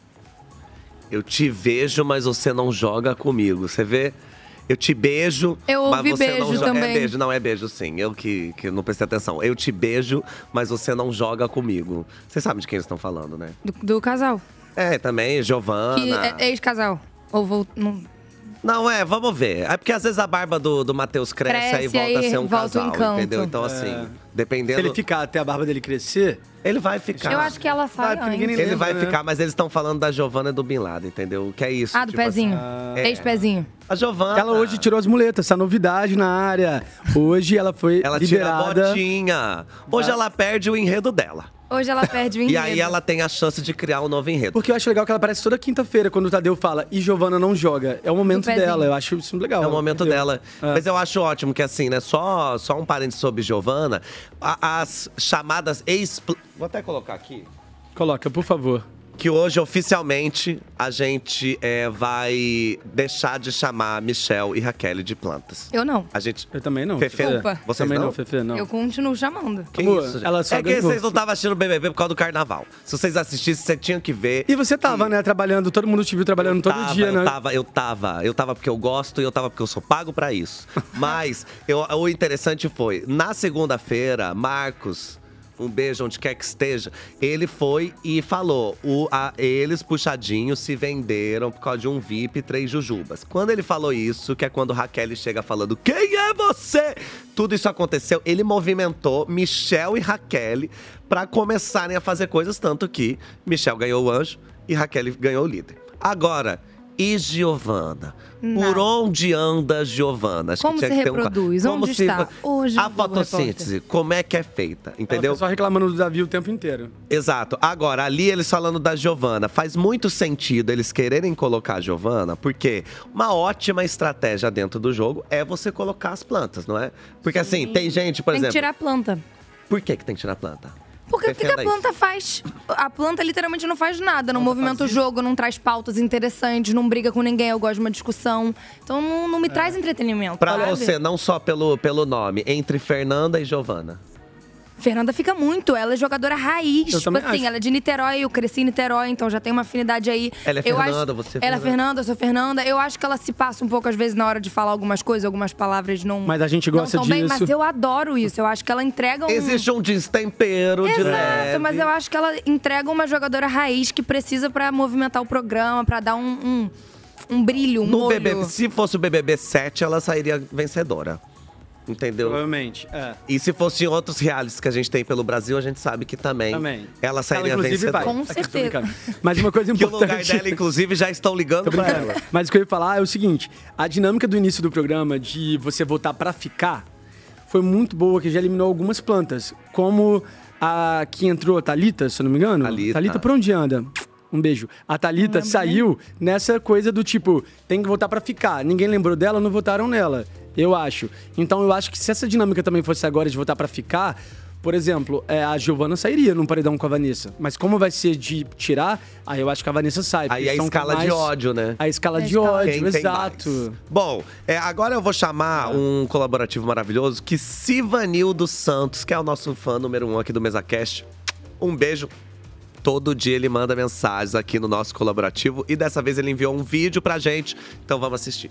Eu te vejo, mas você não joga comigo. Você vê? Eu te beijo, Eu mas ouvi você não beijo joga. também. É beijo, não é beijo sim. Eu que, que não prestei atenção. Eu te beijo, mas você não joga comigo. Você sabe de quem eles estão falando, né? Do, do casal. É, também, Giovana. Que é ex-casal. Ou vou. Não... Não, é, vamos ver. É porque às vezes a barba do, do Matheus cresce, Cresce, aí volta aí a ser um volta o casal, encanto. entendeu? Então, assim, É. dependendo. Se ele ficar até a barba dele crescer, ele vai ficar. Eu acho que ela sai porque ninguém antes. nem Ele lembra, vai né? ficar, mas eles estão falando da Giovana e do Bin Laden, entendeu? Que é isso. Ah, do tipo pezinho. assim. É. Ex-pezinho. A Giovana. ela hoje tirou as muletas, essa novidade na área. Hoje ela foi Ela tira a liberada. botinha. Hoje ela perde o enredo dela. Hoje ela perde o enredo. E aí ela tem a chance de criar um novo enredo. Porque eu acho legal que ela aparece toda quinta-feira, quando o Tadeu fala e Giovana não joga. É o momento Do pezinho. dela, eu acho isso legal. É o momento entendeu? dela. É. Mas eu acho ótimo que, assim, né? Só, só um parênteses sobre Giovana. A- As chamadas ex... Vou até colocar aqui. Coloca, por favor. Que hoje, oficialmente, a gente é, vai deixar de chamar Michel e Raquel de plantas. Eu não. A gente... Eu também não. Fefe, Desculpa. Vocês também não? não, Fefe, não. Eu continuo chamando. Que Amor, isso, gente? ela só é que ganhou. vocês não estavam assistindo o B B B por causa do carnaval. Se vocês assistissem, vocês tinham que ver. E você tava, né, trabalhando, todo mundo te viu trabalhando todo Tava, dia, eu né? Tava, eu tava, eu tava porque eu gosto e eu tava porque eu sou pago pra isso. Mas eu- o interessante foi, na segunda-feira, Marcos, um beijo onde quer que esteja, ele foi e falou, o, a- eles puxadinhos se venderam por causa de um V I P e três jujubas. Quando ele falou isso, que é quando Raquel chega falando, quem é você? Tudo isso aconteceu, ele movimentou Michel e Raquel pra começarem a fazer coisas, tanto que Michel ganhou o anjo e Raquel ganhou o líder. Agora, e Giovana? Por onde anda Giovana? Acho Como que tinha se que ter um- reproduz? Como Onde se- está? Hoje A do fotossíntese, como é que é feita? Ela Entendeu? tá só reclamando do Davi o tempo inteiro. Exato. Agora, ali eles falando da Giovana, faz muito sentido eles quererem colocar a Giovana, porque uma ótima estratégia dentro do jogo é você colocar as plantas, não é? Porque assim, tem gente, por Tem exemplo. que tirar a planta. Por que, que tem que tirar a planta? Porque o que, que a Defenda isso. planta faz? A planta literalmente não faz nada, não movimenta o jogo, não traz pautas interessantes, não briga com ninguém, eu gosto de uma discussão. Então não, não me traz entretenimento. Pra sabe? você, não só pelo, pelo nome, entre Fernanda e Giovana. Fernanda fica muito, ela é jogadora raiz. Eu tipo também assim, acho. ela é de Niterói, eu cresci em Niterói, então já tem uma afinidade aí. Ela é Eu Fernanda, acho- você é Ela é Fernanda. Fernanda, eu sou Fernanda. Eu acho que ela se passa um pouco, às vezes, na hora de falar algumas coisas, algumas palavras não. Mas a gente gosta não tão bem, disso. mas eu adoro isso. Eu acho que ela entrega um. Existe um destempero de Exato, leve. mas eu acho que ela entrega uma jogadora raiz que precisa pra movimentar o programa, pra dar um, um, um brilho, um No olho. B B B, se fosse o B B B sete, ela sairia vencedora. Entendeu? Provavelmente, é. E se fosse em outros realities que a gente tem pelo Brasil, a gente sabe que também, Também. ela sairia Ela, inclusive, vencedora. vai. Com Aqui, tô certeza. brincando. Mas uma coisa Que o importante... lugar dela, inclusive, já estão ligando Tô pra brincando. ela. Mas o que eu ia falar é o seguinte: a dinâmica do início do programa de você votar pra ficar foi muito boa, que já eliminou algumas plantas. Como a que entrou, a Thalita, se eu não me engano. Thalita. Thalita, por onde anda? Um beijo. A Thalita saiu nessa coisa do tipo, tem que votar pra ficar. Ninguém lembrou dela, não votaram nela. Eu acho. Então eu acho que se essa dinâmica também fosse agora de votar pra ficar, por exemplo, é, a Giovana sairia num paredão com a Vanessa. Mas como vai ser de tirar, aí eu acho que a Vanessa sai. Aí porque é a são escala de mais- ódio, né? A escala É a de escala- ódio, Quem tem exato. mais. Bom, é, agora eu vou chamar um colaborativo maravilhoso, que Sivanildo Santos, que é o nosso fã número um aqui do MesaCast. Um beijo. Todo dia ele manda mensagens aqui no nosso colaborativo e dessa vez ele enviou um vídeo pra gente, então vamos assistir.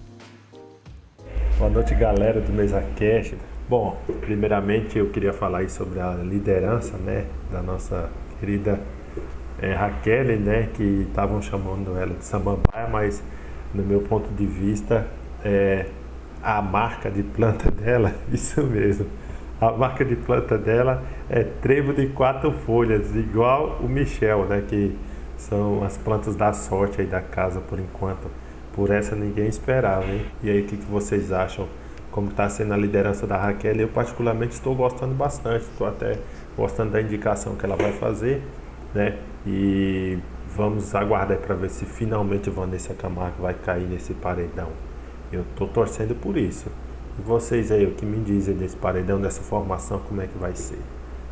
Boa noite, galera do MesaCast. Bom, primeiramente eu queria falar aí sobre a liderança, né, da nossa querida é, Raquel, né, que estavam chamando ela de samambaia, mas no meu ponto de vista, é, a marca de planta dela, isso mesmo, a marca de planta dela é trevo de quatro folhas, igual o Michel, né, que são as plantas da sorte aí da casa por enquanto. Por essa ninguém esperava, hein? E aí, o que, que vocês acham? Como está sendo a liderança da Raquel? Eu particularmente estou gostando bastante, estou até gostando da indicação que ela vai fazer, né? E vamos aguardar para ver se finalmente Vanessa Camargo vai cair nesse paredão. Eu estou torcendo por isso. E vocês aí, o que me dizem desse paredão, dessa formação, como é que vai ser?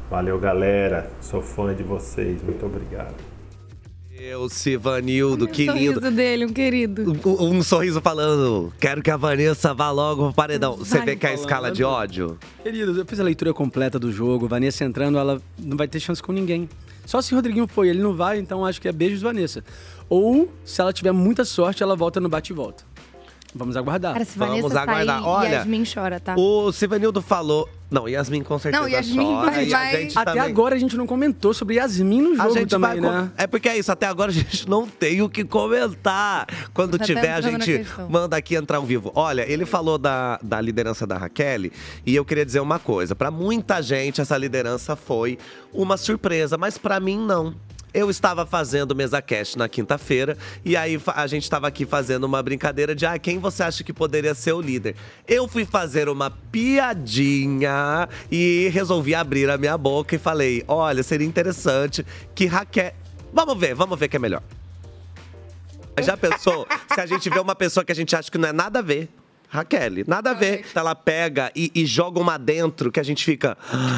Valeu, galera. Sou fã de vocês. Muito obrigado. Eu, Sivanildo, que O lindo. sorriso dele, um querido. Um, um sorriso falando, quero que a Vanessa vá logo pro paredão. Você Vai vê que é a falando. escala de ódio? Querido, eu fiz a leitura completa do jogo. Vanessa entrando, ela não vai ter chance com ninguém. Só se o Rodriguinho foi, ele não vai, então acho que é beijos Vanessa. Ou, se ela tiver muita sorte, ela volta no bate e volta. Vamos aguardar. Cara, se Vamos Vanessa aguardar. sair, Olha, Yasmin chora, tá? O Sivanildo falou... Não, Yasmin com certeza Não, Yasmin chora. vai- E a vai- gente Até também- agora a gente não comentou sobre Yasmin no A jogo gente também, vai com- né? É porque é isso, até agora a gente não tem o que comentar. Quando Tá tiver, a entrando na gente questão. manda aqui entrar ao vivo. Olha, ele falou da, da liderança da Raquel e eu queria dizer uma coisa. Pra muita gente, essa liderança foi uma surpresa, mas pra mim, não. Eu estava fazendo Mesa Cast na quinta-feira e aí fa- a gente estava aqui fazendo uma brincadeira de ah, quem você acha que poderia ser o líder? Eu fui fazer uma piadinha e resolvi abrir a minha boca e falei, olha, seria interessante que Raquel… Vamos ver, vamos ver que é melhor. Já pensou se a gente vê uma pessoa que a gente acha que não é nada a ver? Raquel, nada a ver. Ela pega e, e joga uma dentro que a gente fica…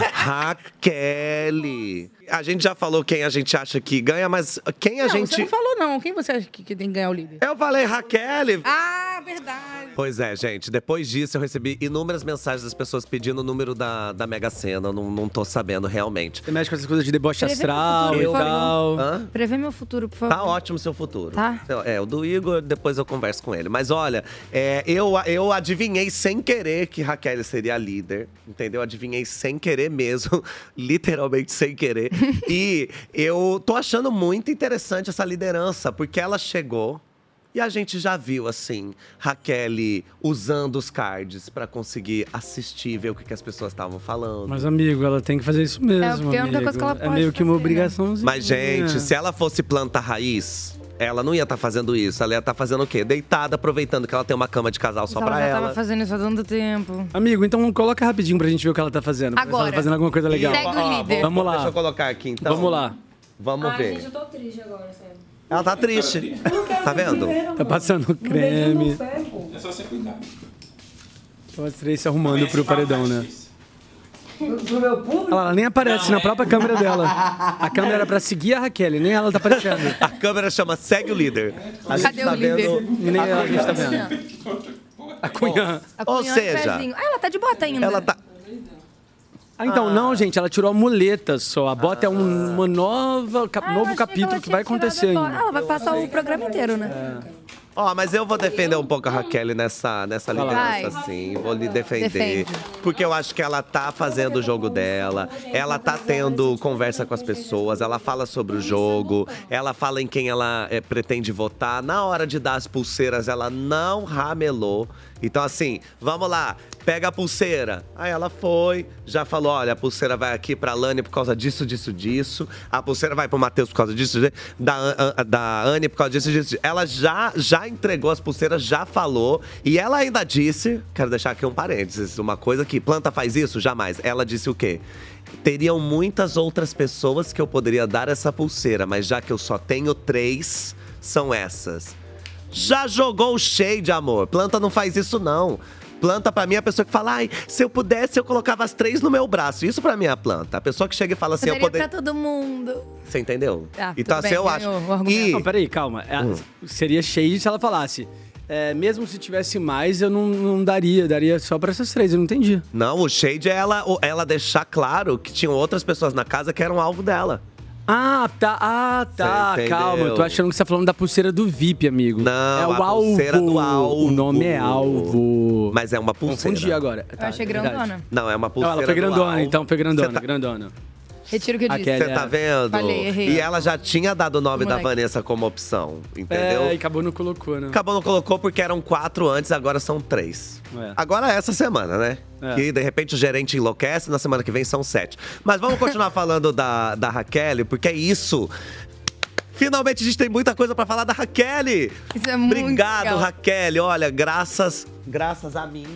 Raquel… A gente já falou quem a gente acha que ganha, mas quem a Não, gente… você não falou não. Quem você acha que, que tem que ganhar o líder? Eu falei Raquel. Ah, verdade. Pois é, gente. Depois disso, eu recebi inúmeras mensagens das pessoas pedindo o número da, da Mega Sena. Eu Não, não tô sabendo realmente. Você mexe com essas coisas de deboche Prevê meu astral futuro, e por favor. tal. Hã? Prevê meu futuro, por favor. Tá ótimo o seu futuro. Tá. É, o do Igor, depois eu converso com ele. Mas olha, é, eu, eu adivinhei sem querer que Raquel seria a líder, entendeu? Adivinhei sem querer mesmo, literalmente sem querer. E eu tô achando muito interessante essa liderança, porque ela chegou e a gente já viu, assim, Raquel usando os cards pra conseguir assistir, ver o que, que as pessoas estavam falando. Mas, amigo, ela tem que fazer isso mesmo, É, porque é a única amigo. coisa que ela É pode meio que uma fazer, né? obrigaçãozinha. Mas, gente, se ela fosse planta raiz, ela não ia estar fazendo isso. Ela ia estar fazendo o quê? Deitada, aproveitando que ela tem uma cama de casal só Mas pra ela já ela. tava fazendo isso há tanto tempo. Amigo, então coloca rapidinho pra gente ver o que ela tá fazendo. pra ver se ela Agora. tá fazendo alguma coisa legal. Segue o líder. Vamos lá. Deixa eu colocar aqui, então. Vamos lá. Vamos ver. eu tô triste agora, sério. Ela tá triste. Tá vendo? Tá passando creme. É só você cuidar. Então, as três se arrumando pro paredão, né? Do meu público? Olha lá, ela nem aparece na própria câmera dela. A câmera era pra seguir a Raquel, nem ela tá aparecendo. A câmera chama Segue o Líder. A gente Cadê tá o líder? vendo E nem a ela a gente tá Cunha. vendo. A Cunha. A Ou cunhã seja, do pezinho. Ah, ela tá de bota ainda. Ela tá… Ah, então, não, gente, ela tirou a muleta só. A bota é um uma nova, cap- Ah, eu novo achei que capítulo ela que vai tinha acontecer tirado a ainda. bota. Ela vai passar o programa inteiro, né? Ó, mas eu vou defender um pouco a Raquel nessa, nessa liderança, Vai. sim. Vou lhe defender. Defende. Porque eu acho que ela tá fazendo o jogo dela, ela tá tendo conversa com as pessoas, ela fala sobre o jogo, ela fala em quem ela é, pretende votar. Na hora de dar as pulseiras, ela não ramelou. Então, assim, vamos lá, pega a pulseira. Aí ela foi, já falou: olha, a pulseira vai aqui pra Lani por causa disso, disso, disso. A pulseira vai pro Matheus por causa disso, disso, da, An- da Anne por causa disso, disso. Ela já, já entregou as pulseiras, já falou. E ela ainda disse, quero deixar aqui um parênteses, uma coisa que planta faz isso? Jamais. Ela disse o quê? Teriam muitas outras pessoas que eu poderia dar essa pulseira, mas já que eu só tenho três, são essas. Já jogou o shade, amor. Planta não faz isso, não. Planta, pra mim, é a pessoa que fala: ai, se eu pudesse, eu colocava as três no meu braço. Isso pra mim é a planta. A pessoa que chega e fala assim, eu Poderia poderia… pra todo mundo. Você entendeu? Ah, Então, tudo assim, bem, eu acho. ganhou o argumento. Não, peraí, calma. É, Hum. Seria cheio se ela falasse. É, mesmo se tivesse mais, eu não, não daria. Daria só pra essas três, eu não entendi. Não, o shade é ela, ela deixar claro que tinham outras pessoas na casa que eram alvo dela. Ah, tá. Ah, tá. Você Calma, eu tô entendeu? achando que você tá falando da pulseira do V I P, amigo. Não, é o a alvo. pulseira do alvo. O nome é alvo. Mas é uma pulseira. Confundi agora. Eu Tá, achei é verdade. grandona. Não, é uma Não, pulseira ela foi do grandona, alvo. então foi grandona, Você tá- grandona. Retiro o que eu disse. Aquele- Você tá vendo? Falei, errei. E ela já tinha dado o nome da Moleque. Vanessa como opção, entendeu? É, e acabou não colocou, né? Acabou não colocou porque eram quatro antes, agora são três. É. Agora é essa semana, né? É. Que de repente o gerente enlouquece, na semana que vem são sete. Mas vamos continuar falando da, da Raquel, porque é isso. Finalmente a gente tem muita coisa pra falar da Raquel. Isso é muito Obrigado, legal. Raquel. Olha, graças, graças a mim.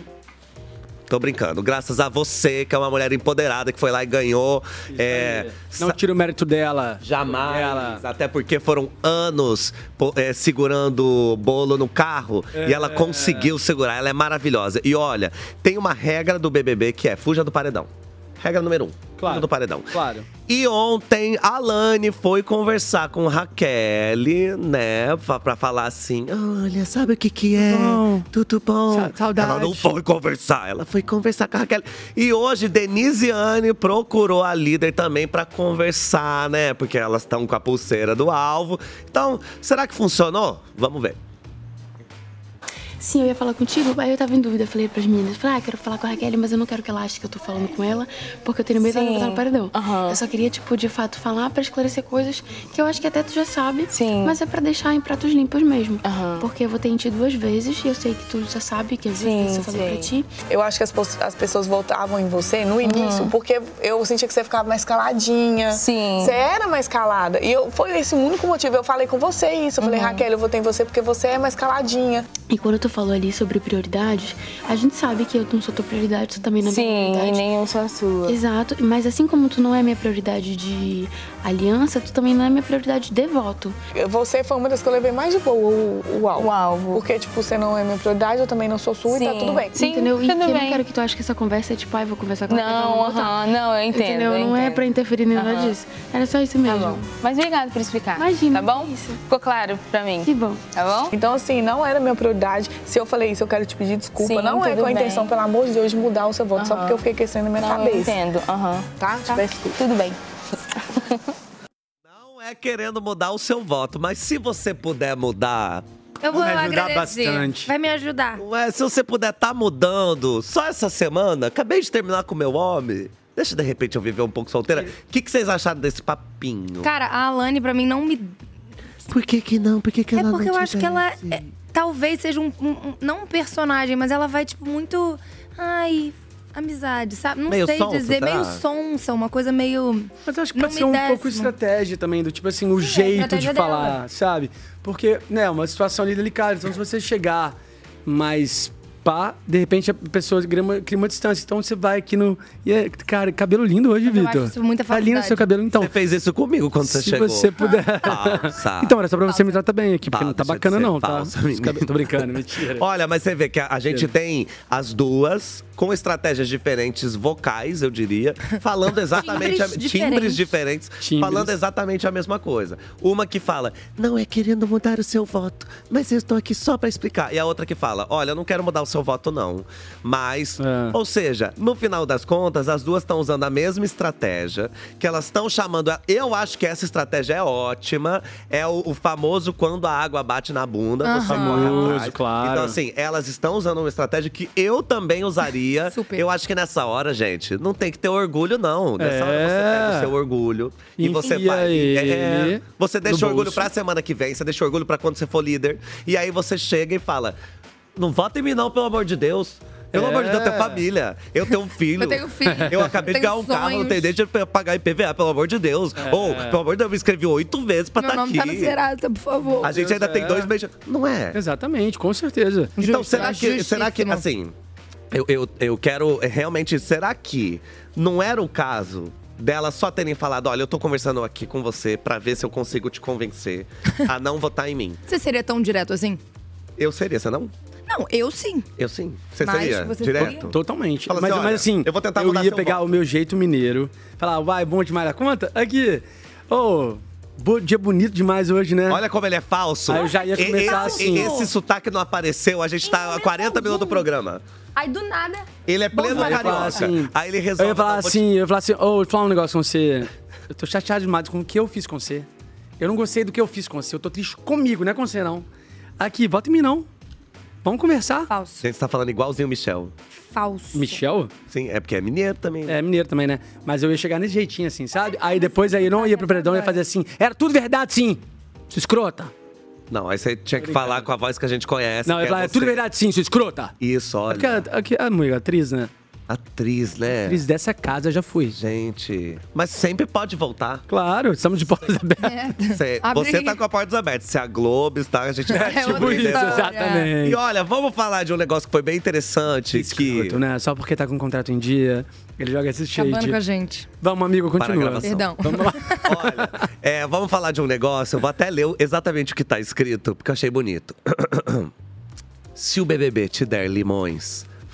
Tô brincando. Graças a você, que é uma mulher empoderada, que foi lá e ganhou. É, Não tira o mérito dela. Jamais. Ela. Até porque foram anos pô, é, segurando o bolo no carro. E ela conseguiu segurar. Ela é maravilhosa. E olha, tem uma regra do B B B que é: fuja do paredão. Regra número um. Claro. Do paredão. Claro. E ontem a Lani foi conversar com Raquel, né? Pra, pra falar assim: olha, sabe o que que é? Bom. Tudo bom. Sa- saudade. Ela não foi conversar, ela foi conversar com a Raquel. E hoje Denisiane procurou a líder também pra conversar, né? Porque elas estão com a pulseira do alvo. Então, será que funcionou? Vamos ver. Sim, eu ia falar contigo, aí eu tava em dúvida, eu falei pras meninas, falei, ah, quero falar com a Raquel, mas eu não quero que ela ache que eu tô falando com ela, porque eu tenho medo dela botar no paredão. Aham. Eu só queria, tipo, de fato, falar pra esclarecer coisas que eu acho que até tu já sabe, Sim. mas é pra deixar em pratos limpos mesmo. Aham. Porque eu votei em ti duas vezes e eu sei que tu já sabe que as duas Sim, vezes eu falei pra ti. Eu acho que as, pos- as pessoas votavam em você no início, Uhum. porque eu sentia que você ficava mais caladinha. Sim. Você era mais calada. E eu, foi esse o único motivo. Eu falei com você isso. Eu falei, Uhum. Raquel, eu votei em você porque você é mais caladinha. E quando tu falou ali sobre prioridades, a gente sabe que eu não sou tua prioridade, tu também não é minha Sim, prioridade. e nem eu sou a sua. Exato, mas assim como tu não é minha prioridade de aliança, tu também não é minha prioridade de voto. Você foi uma das que eu levei mais de boa, o, o alvo. O alvo. Porque, tipo, você não é minha prioridade, eu também não sou sua e tá Sim. tudo bem. Sim, Entendeu? E tudo eu não bem. quero que tu ache que essa conversa é tipo, ai, vou conversar com a Raquel, Não, vamos votar. aham, não, eu entendo. Entendeu? eu Não é entendo. pra interferir em nada Aham. disso. Era só isso mesmo. Tá bom. Mas obrigada por explicar. Imagina. Tá bom? Isso. Ficou claro pra mim. Que bom. Tá bom? Então, assim, não era minha prioridade. Se eu falei isso, eu quero te pedir desculpa. Sim, não é tudo com a intenção, bem. pelo amor de Deus, de mudar o seu voto, só Aham. porque eu fiquei aquecendo na minha Não, eu cabeça. entendo. Aham. Tá? Te peço desculpa. Tudo bem. Não é querendo mudar o seu voto, mas se você puder mudar. Eu vou Vai me ajudar agradecer. bastante. Vai me ajudar. Ué, se você puder estar mudando só essa semana, acabei de terminar com meu homem. Deixa de repente eu viver um pouco solteira. O que, que vocês acharam desse papinho? Cara, a Alane, pra mim, não me. Por que que não? Por que que É ela porque não eu acho que ela tivesse? é, talvez seja um, um- um- não um personagem, mas ela vai, tipo, muito. Ai, amizade, sabe? Não Meio sei sonsa, dizer. será? Meio sonsa, uma coisa meio. Mas eu acho que não pode me ser um desce, pouco não. estratégia também, do tipo assim, o jeito de estratégia falar, dela. sabe? Porque, né, uma situação ali delicada. Então, se você chegar mais pá, de repente a pessoa cria uma, cria uma distância. Então você vai aqui no. E é, cara, cabelo lindo hoje, Eu acho Vitor. isso muita Tá lindo falsidade. seu cabelo, então. Você fez isso comigo quando você Se chegou. você puder. Falsa. Então, era só pra você me tratar bem aqui, porque não tá deixa de bacana, ser não, falsa, tá? menina. Os cabelos- Tô brincando, mentira. Olha, mas você vê que a, a gente tem as duas com estratégias diferentes vocais, eu diria, falando exatamente a, Timbres timbres diferentes. diferentes, falando exatamente a mesma coisa. Uma que fala: "Não é querendo mudar o seu voto, mas eu estou aqui só pra explicar". E a outra que fala: "Olha, eu não quero mudar o seu voto não". Mas, ou seja, no final das contas, as duas estão usando a mesma estratégia, que elas estão chamando, a- eu acho que essa estratégia é ótima, é o, o famoso quando a água bate na bunda, você Aham. corre Famoso, atrás. claro. Então assim, elas estão usando uma estratégia que eu também usaria. Super. Eu acho que nessa hora, gente, não tem que ter orgulho, não. Nessa É. hora você pega o seu orgulho e você Enfia vai. ele é, você deixa no o orgulho bolso. pra semana que vem, você deixa o orgulho pra quando você for líder. E aí você chega e fala: "Não vota em mim, não, pelo amor de Deus. Pelo É. amor de Deus, eu tenho família. Eu tenho um filho. Eu tenho filho. Eu acabei de Eu tenho ganhar um carro, não sonhos. tenho nem de pagar I P V A, pelo amor de Deus. É. Ou, pelo amor de Deus, eu me inscrevi oito vezes pra Meu estar nome aqui. tá no Serasa, por favor. A gente ainda tem é. dois meses. Não é? Exatamente, com certeza. Então, Justo. será que, será que, assim, eu, eu, eu quero realmente, será que não era o caso delas só terem falado: "Olha, eu tô conversando aqui com você pra ver se eu consigo te convencer a não votar em mim"? Você seria tão direto assim? Eu seria, você não? Não, eu sim. Eu sim. Você Mas seria? você Direto? seria? Totalmente. Fala mas, assim, mas olha, assim, eu vou tentar eu mudar ia seu pegar voto. o meu jeito mineiro, falar, vai, bom demais da conta? Aqui, ô, bo- dia bonito demais hoje, né? Olha como ele é falso. Aí eu já ia E- começar esse, assim. Esse sotaque não apareceu, a gente tá há quarenta minutos do programa. Aí do nada. Ele é pleno Aí eu ia falar carioca. assim, Aí ele eu resolve. ia falar dar um assim, eu ia falar assim, ô, eu vou falar um negócio com você. Eu tô chateado demais com o que eu fiz com você. Eu não gostei do que eu fiz com você. Eu tô triste comigo, não é com você, não. Aqui, vota em mim, não. Vamos conversar. Falso. A gente tá falando igualzinho o Michel. Falso. Michel? Sim, é porque é mineiro também. É, mineiro também, né? Mas eu ia chegar nesse jeitinho assim, sabe? Aí depois aí eu não ia pro paredão e ia fazer assim, era tudo verdade, sim. Sua escrota. Não, aí você tinha que falar com a voz que a gente conhece. Não, que eu ia falar, é você. tudo verdade, sim, sua escrota. Isso, olha. Porque a, a, a mulher, a atriz, né? Atriz, né? Atriz dessa casa já fui. Gente. Mas sempre pode voltar. Claro, estamos de portas abertas. Cê- Abre você aí. tá com a portas abertas. Se a Globo está, a gente tá É tipo isso, exatamente. E olha, vamos falar de um negócio que foi bem interessante. Que... Escroto, né? Só porque tá com o contrato em dia, ele joga esse shade. Acabando com a gente. Vamos, amigo, Para a continua. gravação. Perdão. Vamos lá. Olha, é, vamos falar de um negócio. Eu vou até ler exatamente o que tá escrito, porque eu achei bonito. Se o B B B te der limões,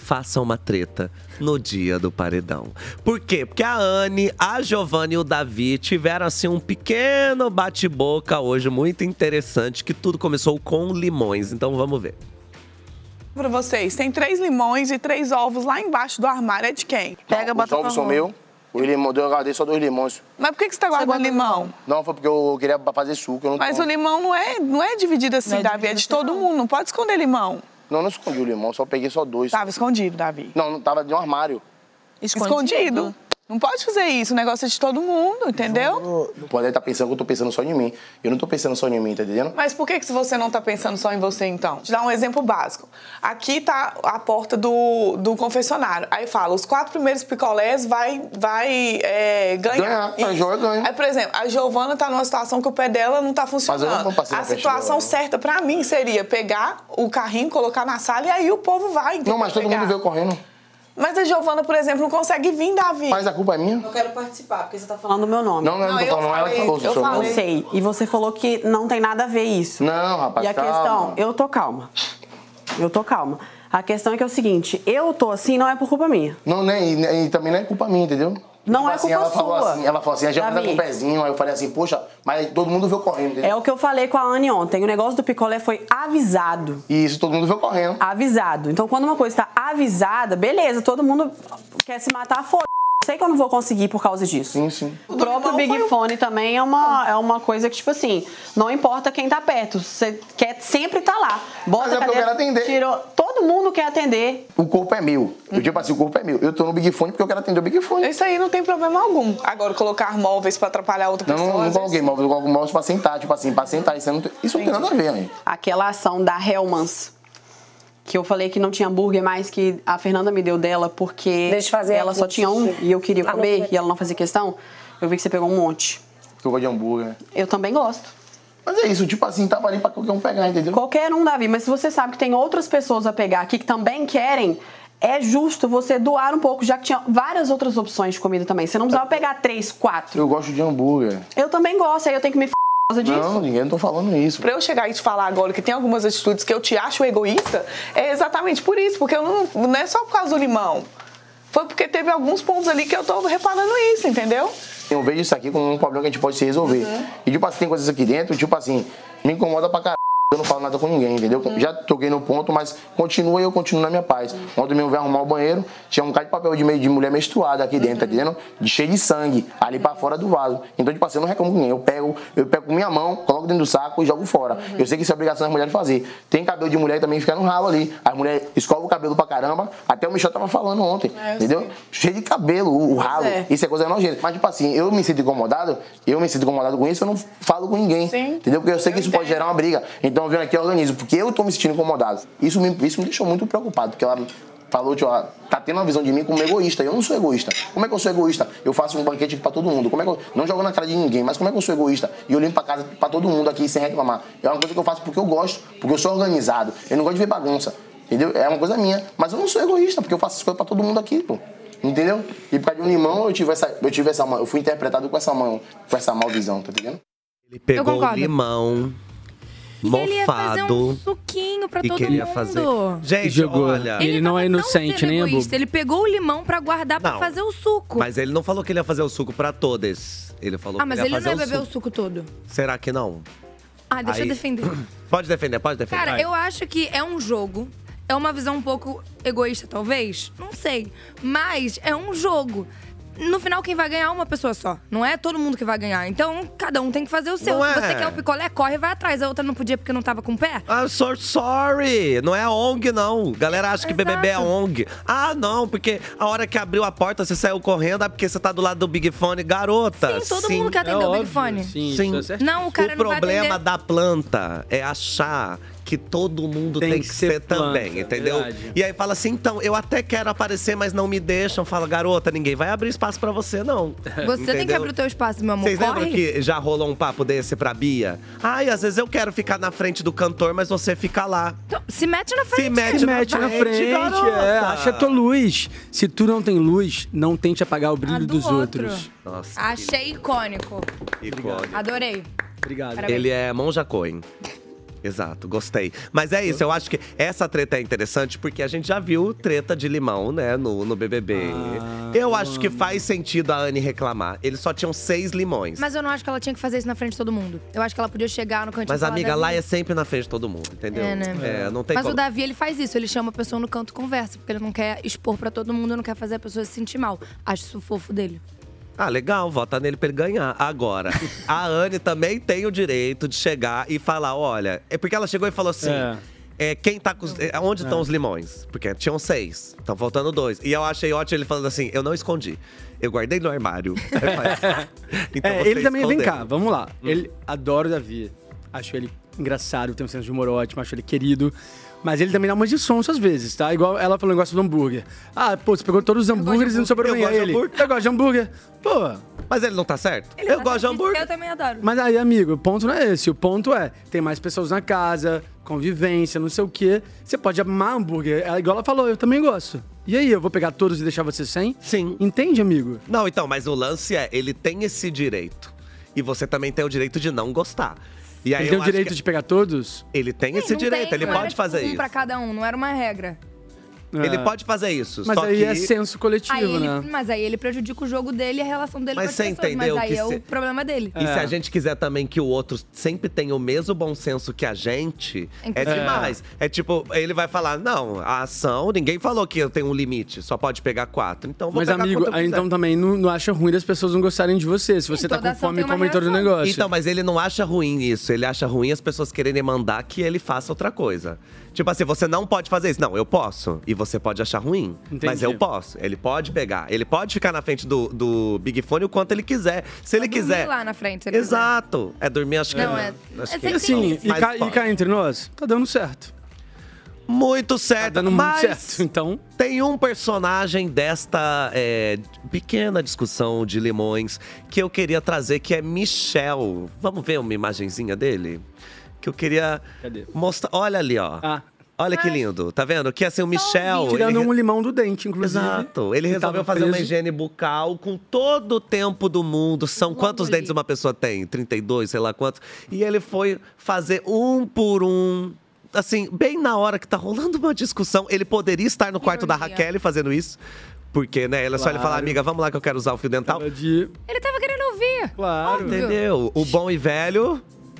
faça uma treta no dia do paredão. Por quê? Porque a Anne, a Giovanna e o Davi tiveram assim um pequeno bate-boca hoje muito interessante, que tudo começou com limões. Então vamos ver. Pra vocês, tem três limões e três ovos lá embaixo do armário. É de quem? Pega, bota Os ovos são meus. Os limões, eu guardei só dois limões. Mas por que que você tá guardando limão? Não, foi porque eu queria fazer suco. Eu não Mas tomo. o limão não é, não é dividido assim, Não é Davi. É de todo mundo. Não pode esconder limão. Não, não escondi o limão, só peguei só dois. Tava escondido, Davi. Não, não tava de um armário. Escondido. escondido. Não pode fazer isso. O negócio é de todo mundo, entendeu? Não pode estar pensando que eu tô pensando só em mim. Eu não tô pensando só em mim, tá entendendo? Mas por que que você não tá pensando só em você, então? Vou te dar um exemplo básico. Aqui tá a porta do, do confessionário. Aí fala, os quatro primeiros picolés vai, vai é, ganhar. Ganhar, a Giovana ganha. Aí, por exemplo, a Giovana tá numa situação que o pé dela não tá funcionando. Mas eu não passei a na frente situação dela. certa pra mim seria pegar o carrinho, colocar na sala e aí o povo vai. Não, mas todo pegar. mundo veio correndo. Mas a Giovana, por exemplo, não consegue vir, Davi. Mas a culpa é minha? Eu quero participar, porque você tá falando do meu nome. Não, não, não, não tô falando, ela que falou eu, seu falei, nome. eu sei. E você falou que não tem nada a ver isso. Não, rapaz, E a calma. questão, eu tô calma. Eu tô calma. A questão é que é o seguinte, eu tô assim não é por culpa minha. Não, nem, e, e também não é culpa minha, entendeu? Não Tipo é assim, culpa ela falou sua. Assim, ela falou assim, a Giovana tá Davi. com o pezinho. Aí eu falei assim, poxa, mas todo mundo veio correndo, entendeu? É o que eu falei com a Anne ontem. O negócio do picolé foi avisado. Isso, todo mundo veio correndo. Avisado. Então, quando uma coisa tá avisada, beleza, todo mundo quer se matar, foda. Sei que eu não vou conseguir por causa disso. Sim, sim. O próprio Big Fone também é uma, é uma coisa que, tipo assim, não importa quem tá perto, você quer sempre tá lá. Bota Mas é a porque eu cadeira, quero atender. Tirou, todo mundo quer atender. O corpo é meu. Eu tipo assim, o corpo é meu. Eu tô no Big Fone porque eu quero atender o Big Fone. Isso aí não tem problema algum. Agora, colocar móveis pra atrapalhar outra Não, pessoa... não, não às coloquei vezes- móveis, eu coloco móveis pra sentar, tipo assim, pra sentar. Isso não tem, isso não tem nada a ver, hein? Aquela ação da Hellmann's, que eu falei que não tinha hambúrguer mais, que a Fernanda me deu dela porque Deixa eu fazer ela aqui. só tinha um e eu queria Ah, não, comer não. e ela não fazia questão. Eu vi que você pegou um monte. Eu gosto de hambúrguer. Eu também gosto. Mas é isso, tipo assim, tava ali pra qualquer um pegar, entendeu? Qualquer um, Davi, mas se você sabe que tem outras pessoas a pegar aqui que também querem, é justo você doar um pouco, já que tinha várias outras opções de comida também. Você não precisava pegar três, quatro. Eu gosto de hambúrguer. Eu também gosto, aí eu tenho que me f... por causa disso. Não, ninguém não tô falando isso. Pra eu chegar e te falar agora que tem algumas atitudes que eu te acho egoísta, é exatamente por isso, porque eu não, não é só por causa do limão. Foi porque teve alguns pontos ali que eu tô reparando isso, entendeu? Eu vejo isso aqui como um problema que a gente pode se resolver. Uhum. E tipo assim, tem coisas aqui dentro, tipo assim, me incomoda pra caralho. Eu não falo nada com ninguém, entendeu? Uhum. Já toquei no ponto, mas continua e eu continuo na minha paz. Ontem mesmo eu arrumar o banheiro, tinha um bocado de papel de, meio, de mulher menstruada aqui dentro, tá entendendo? De, cheio de sangue, ali pra fora do vaso. Então, tipo assim, eu não reclamo com ninguém. Eu pego, eu pego com minha mão, coloco dentro do saco e jogo fora. Eu sei que isso é obrigação das mulheres fazer. Tem cabelo de mulher que também fica no ralo ali. As mulheres escovam o cabelo pra caramba. Até o Michel tava falando ontem, É, eu entendeu? sei. Cheio de cabelo, o, o ralo. é. Isso é coisa nojenta. Mas, tipo assim, eu me sinto incomodado, eu me sinto incomodado com isso, eu não falo com ninguém. Sim. Entendeu? Porque eu sei que Eu isso pode entendo. gerar uma briga. Então eu venho aqui e organizo. Porque eu tô me sentindo incomodado. Isso me, isso me deixou muito preocupado. Porque ela falou, tio, ó, tá tendo uma visão de mim como egoísta. Eu não sou egoísta. Como é que eu sou egoísta? Eu faço um banquete aqui pra todo mundo. Como é que eu, não jogo na cara de ninguém, mas como é que eu sou egoísta? E eu limpo a casa pra todo mundo aqui sem reclamar. É uma coisa que eu faço porque eu gosto. Porque eu sou organizado. Eu não gosto de ver bagunça. Entendeu? É uma coisa minha. Mas eu não sou egoísta, porque eu faço as coisas pra todo mundo aqui, pô. Entendeu? E por causa de um limão, eu tive essa. Eu tive essa. Eu fui interpretado com essa mão, com essa malvisão, tá entendendo? Ele pegou o concordo. limão E ele ia fazer mofado um suquinho pra e todo queria mundo. fazer. Gente, Jogou. olha. Ele não é inocente, Sendo nem é egoísta, bobo. ele pegou o limão pra guardar pra Não. fazer o suco. Mas ele não falou que ele ia fazer o suco pra todas. Ele falou ah, que mas ele ele ia não fazer ia beber o o suco. suco todo. Será que não? Ah, deixa Aí- eu defender. Pode defender, pode defender. Cara, Vai. eu acho que é um jogo. É uma visão um pouco egoísta, talvez. Não sei. Mas é um jogo. No final, quem vai ganhar é uma pessoa só. Não é todo mundo que vai ganhar. Então, cada um tem que fazer o seu. Não Se é. você quer o picolé, corre e vai atrás. A outra não podia porque não tava com o pé. Ah, so sorry. Não é a O N G, não. Galera acha que B B B é O N G. Ah, não, porque a hora que abriu a porta, você saiu correndo, é porque você tá do lado do Big Fone. Garota, Sim, todo mundo quer atender o Big Fone. Sim, Sim. isso é certo. Não, o cara o não vai problema atender. da planta é achar que todo mundo tem, Tem que que ser, ser planta, também, entendeu? verdade. E aí fala assim, então, eu até quero aparecer, mas não me deixam. Fala, garota, ninguém vai abrir espaço pra você, não. Você tem que Entendeu? abrir o teu espaço, meu amor. Vocês lembram Corre. que já rolou um papo desse pra Bia? Ai, às vezes eu quero ficar na frente do cantor, mas você fica lá. Então, se mete na frente. Se mete, Se mete na frente, garota. é. Acha a tua luz. Se tu não tem luz, não tente apagar o brilho A do dos outro. outros. Nossa, Achei icônico. icônico. Adorei. Obrigado. Parabéns. Ele é Monja Coen. Exato, gostei. Mas é isso, eu acho que essa treta é interessante porque a gente já viu treta de limão, né, no, no B B B. Ah, eu acho que faz sentido a Anne reclamar. Eles só tinham seis limões. Mas eu não acho que ela tinha que fazer isso na frente de todo mundo. Eu acho que ela podia chegar no cantinho Mas, e falar, amiga, Davi. lá é sempre na frente de todo mundo, entendeu? É, né? É, não tem Mas como. o Davi, ele faz isso. Ele chama a pessoa no canto e conversa. Porque ele não quer expor pra todo mundo, não quer fazer a pessoa se sentir mal. Acho isso fofo dele. Ah, legal, vota nele pra ele ganhar. Agora, a Anne também tem o direito de chegar e falar, olha… É porque ela chegou e falou assim… É. É, quem tá com os, é, onde estão É. os limões? Porque tinham seis, estão faltando dois. E eu achei ótimo ele falando assim, eu não escondi. Eu guardei no armário. Então É, você ele também, vem escondeu. cá, vamos lá. Ele adora o Davi. Acho ele engraçado, tem um senso de humor ótimo, acho ele querido. Mas ele também dá umas de sonso às vezes, tá? Igual ela falou o negócio do hambúrguer. Ah, pô, você pegou todos os hambúrgueres e não sobrou Eu nem a gosto de ele. hambúrguer. Eu gosto de hambúrguer. Pô. Mas ele não tá certo? Ele eu tá gosto de certíssimo, hambúrguer. Eu também adoro. Mas aí, amigo, o ponto não é esse. O ponto é, tem mais pessoas na casa, convivência, não sei o quê. Você pode amar hambúrguer. É igual ela falou, eu também gosto. E aí, eu vou pegar todos e deixar você sem? Sim. Entende, amigo? Não, então, mas o lance é, ele tem esse direito. E você também tem o direito de não gostar. E aí Ele tem eu o acho direito que de pegar todos? Ele tem esse Não direito, tem, ele não era, pode tipo, fazer um isso. pra cada um, não era uma regra. Ele É. pode fazer isso, Mas só aí que… é senso coletivo, Aí ele, né? mas aí ele prejudica o jogo dele e a relação dele Mas com as você pessoas. entendeu Mas aí que é se- o problema dele. E se a gente quiser também que o outro sempre tenha o mesmo bom senso que a gente, é É. demais. É tipo, ele vai falar, não, a ação, ninguém falou que eu tenho um limite, só pode pegar quatro. Então vou Mas, pegar amigo, quanto eu aí quiser. então também não, não acha ruim das pessoas não gostarem de você. Se você tá toda com ação fome, tem uma come todo o reação. negócio. Então, mas ele não acha ruim isso. Ele acha ruim as pessoas quererem mandar que ele faça outra coisa. Tipo assim, você não pode fazer isso. Não, eu posso. E você pode achar ruim. Entendi. Mas eu posso. Ele pode pegar. Ele pode ficar na frente do, do Big Fone o quanto ele quiser. Se ele Dormir quiser. lá na frente, se ele Exato. É dormir, acho que Não, é- acho é que- sem Assim, e Mas cá, e pode. cá entre nós, tá dando certo. Muito certo. Tá dando muito mas certo, então… tem um personagem desta é, pequena discussão de limões que eu queria trazer, que é Michel. Vamos ver uma imagenzinha dele? Que eu queria Cadê? mostrar. Olha ali, ó. Ah. Olha que lindo, tá vendo? Que assim, o Michel… Tirando ele- um limão do dente, inclusive. Exato. Ele que resolveu tava fazer uma preso. higiene bucal com todo o tempo do mundo. São quantos dentes uma pessoa tem? trinta e dois, sei lá quantos. E ele foi fazer um por um. Assim, bem na hora que tá rolando uma discussão. Ele poderia estar no quarto da Raquel fazendo isso. Porque, né? Ele é só ele Claro. falar, amiga, vamos lá que eu quero usar o fio dental. Tava de… Ele tava querendo ouvir. Claro. Óbvio. Entendeu? O bom e velho…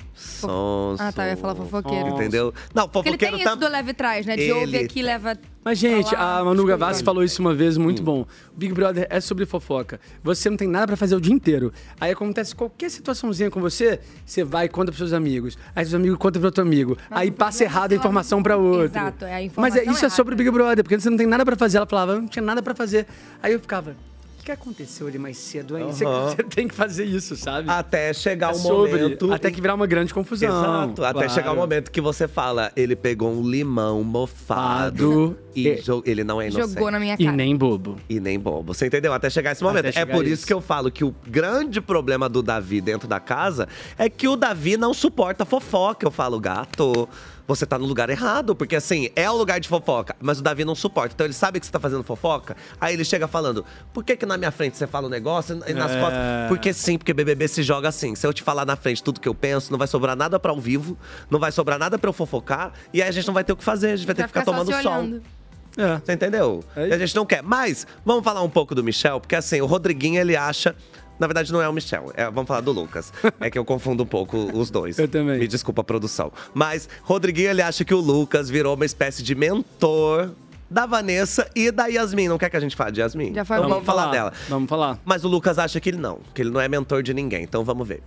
Sonso. Ah, tá, eu ia falar fofoqueiro. Entendeu? Não, Porque ele tem fofoqueiro isso tá… do leve e traz, né? De Ele ouvir aqui, leva… Mas, gente, pra lá, a Manu escuta. Gavassi falou isso uma vez, muito bom. O Big Brother é sobre fofoca. Você não tem nada pra fazer o dia inteiro. Aí acontece qualquer situaçãozinha com você, você vai e conta pros seus amigos. Aí seus amigos contam pro outro amigo. Aí passa errado a informação pra outro. Exato, é a Mas informação é, isso é errada. sobre o Big Brother, porque você não tem nada pra fazer. Ela falava, eu não tinha nada pra fazer. Aí eu ficava, o que aconteceu ali mais cedo? Aí você, Aham. você tem que fazer isso, sabe? Até chegar É o sobre, momento… até que virar uma grande confusão. Exato, até Claro. chegar o momento que você fala, ele pegou um limão mofado Fado. e E- jo- ele não é inocente. Jogou na minha E cara. nem bobo. E nem bobo. Você entendeu? Até chegar esse momento. Até É chegar por isso isso. que eu falo que o grande problema do Davi dentro da casa é que o Davi não suporta fofoca. Eu falo, gato, você tá no lugar errado. Porque assim, é o lugar de fofoca, mas o Davi não suporta. Então ele sabe que você tá fazendo fofoca. Aí ele chega falando, por que que na minha frente você fala um negócio e nas É. costas… Porque sim, porque B B B se joga assim. Se eu te falar na frente tudo que eu penso, não vai sobrar nada pra ao vivo, não vai sobrar nada pra eu fofocar. E aí a gente não vai ter o que fazer, a gente vai ter Vai que ficar ficar só tomando se sol. olhando. É. Você entendeu? É E a gente não quer. Mas, vamos falar um pouco do Michel, porque assim, o Rodriguinho, ele acha… Na verdade, não é o Michel, é- vamos falar do Lucas. É que eu confundo um pouco os dois. Eu também. Me desculpa a produção. Mas, Rodriguinho, ele acha que o Lucas virou uma espécie de mentor da Vanessa e da Yasmin. Não quer que a gente fale de Yasmin? Já Então falei. vamos falar dela. Vamos falar. Mas o Lucas acha que ele não, que ele não é mentor de ninguém. Então vamos ver.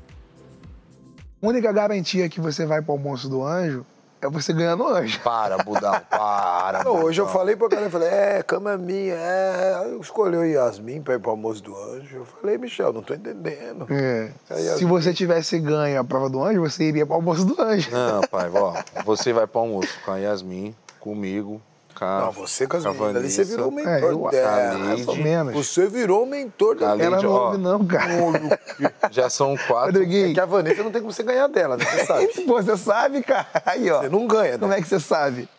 A única garantia que você vai pro almoço do anjo é você ganhando o anjo. Para, Budal, para. Não, hoje eu Budal. falei pra galera, eu falei, é, cama é minha, é. Aí eu escolhi o Yasmin pra ir pro almoço do anjo. Eu falei, Michel, não tô entendendo. É. A Yasmin- Se você tivesse ganho a prova do anjo, você iria pro almoço do anjo. Não, pai, ó, você vai pro almoço com a Yasmin, comigo, com a Não, você com as com a meninas ali, você virou o Vanessa, É, mentor eu- dela. mais ou menos. Você virou o mentor a dela. Leide, Ela não ó, ouve não, cara. já são quatro. Rodriguinho, É que a Vanessa não tem como você ganhar dela, né? Você sabe. pô, você sabe, cara? Aí, ó. Você não ganha, né? Como é que você sabe?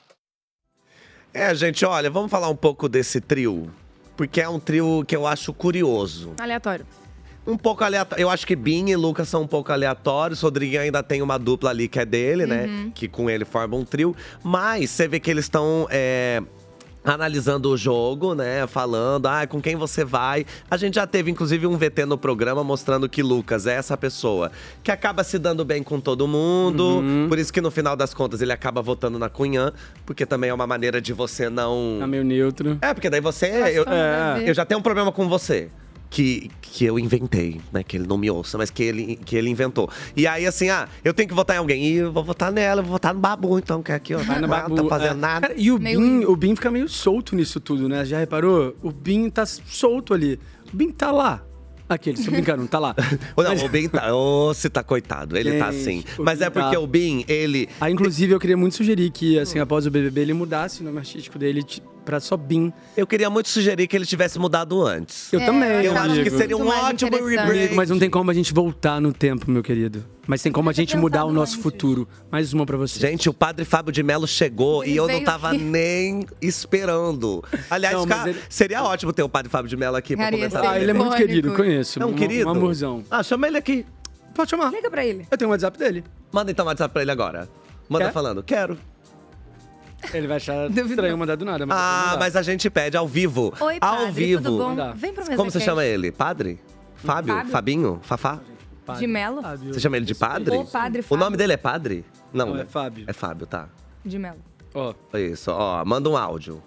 É, gente, olha, vamos falar um pouco desse trio. Porque é um trio que eu acho curioso. Aleatório. Um pouco aleatório. Eu acho que Bin e Lucas são um pouco aleatórios. Rodriguinho ainda tem uma dupla ali que é dele, Uhum. né? Que com ele forma um trio. Mas você vê que eles estão… É, analisando o jogo, né? Falando, ah, com quem você vai. A gente já teve, inclusive, um V T no programa mostrando que Lucas é essa pessoa que acaba se dando bem com todo mundo. Uhum. Por isso que, no final das contas, ele acaba votando na Cunhã. Porque também é uma maneira de você não… Tá meio neutro. É, porque daí você… Eu, É. eu já tenho um problema com você. Que, que eu inventei, né? Que ele não me ouça, mas que ele, que ele inventou. E aí, assim, ah, eu tenho que votar em alguém. E eu vou votar nela, eu vou votar no Babu, então, que é aqui, ó. Vai no Não Babu, tá fazendo é. nada. Cara, e o Bin, o Bin fica meio solto nisso tudo, né? Já reparou? O Bin tá solto ali. O Bin tá lá. Aquele, tô brincando, tá lá. Não, mas... o Bin tá… Ô, se tá coitado, ele Gente, tá assim. o Mas Bin é porque tá. o Bin, ele… Ah, inclusive, eu queria muito sugerir que, assim, após o B B B, ele mudasse o nome artístico dele pra só Bin. Eu queria muito sugerir que ele tivesse mudado antes. Eu É, também, eu acho amigo. que seria um Muito mais ótimo Amigo, rebrand. mas não tem como a gente voltar no tempo, meu querido. Mas tem como a gente mudar o nosso futuro. Mais uma pra você. Gente, o padre Fábio de Mello chegou Ele e eu não veio tava aqui. nem esperando. Aliás, Não, mas cara, ele- seria ótimo ter o padre Fábio de Mello aqui pra Cara, ia comentar. ser Ah, ele é muito icônico. querido, conheço. É um Um- querido? um amorzão. Ah, chama ele aqui. Pode chamar. Liga pra ele. Eu tenho o WhatsApp dele. Manda então o WhatsApp pra ele agora. Manda Quer? falando, quero. Ele vai achar estranho mandar do nada. Mas eu vou Ah, mandar. mas a gente pede ao vivo. Oi, ao padre, vivo. tudo bom? Vem pro Como você MesaCast. chama ele? Padre? Fábio? Fábio. Fabinho? Fafá? De Melo? Você chama ele de padre? O padre O Fábio. nome dele é padre? Não, Não, é né? Fábio. É Fábio, tá. De Melo. Ó. Isso, ó, manda um áudio.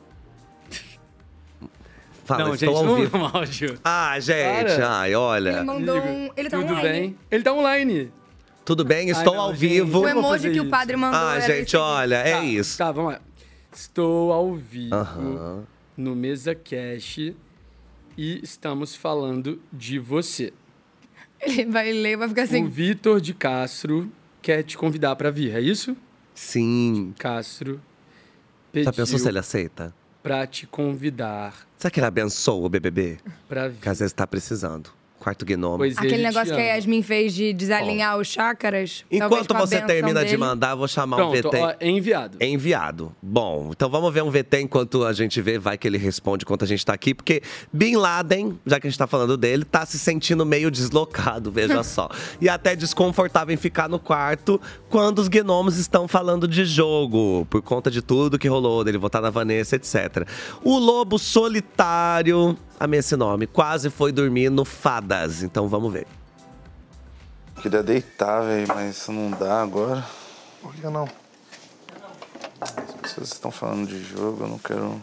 Fala, Não, estou gente, ao não vivo. um áudio. Ah, gente, Para. ai, olha. Ele mandou um. Ele tá Tudo online. bem? Ele tá online. Tudo bem? Ai, Estou não, ao gente, vivo. eu O vou emoji fazer que o isso. padre mandou. Ah, era gente, esse aqui. olha, é Tá, isso. Tá, vamos lá. Estou ao vivo Aham. no MesaCast e estamos falando de você. Ele vai ler, vai ficar assim. O Vitor de Castro quer te convidar pra vir, é isso? Sim. Castro Já pensou se ele pediu aceita? pra te convidar Será que ele abençoa o B B B? pra vir. Que às vezes tá precisando. Quarto gnomo. Pois Aquele ele negócio te que a ama. Yasmin fez de desalinhar os chácaras. talvez Enquanto com a você benção termina de dele. mandar, eu vou chamar um Pronto, V T. ó, é enviado. É enviado. Bom, então vamos ver um V T enquanto a gente vê, vai que ele responde enquanto a gente tá aqui, porque Bin Laden, já que a gente tá falando dele, tá se sentindo meio deslocado, veja só. E até desconfortável em ficar no quarto quando os gnomos estão falando de jogo, por conta de tudo que rolou, dele votar na Vanessa, etcétera. O lobo solitário, amei esse nome, quase foi dormir no Fadas, então vamos ver. Queria deitar, velho, mas isso não dá agora. Por que não? As pessoas estão falando de jogo, eu não quero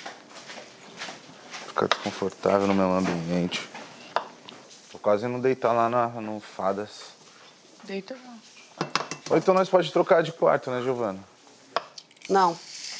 ficar desconfortável no meu ambiente. Tô quase indo deitar lá na, no Fadas. Deita já. Ou então nós pode trocar de quarto, né, Giovana? Não.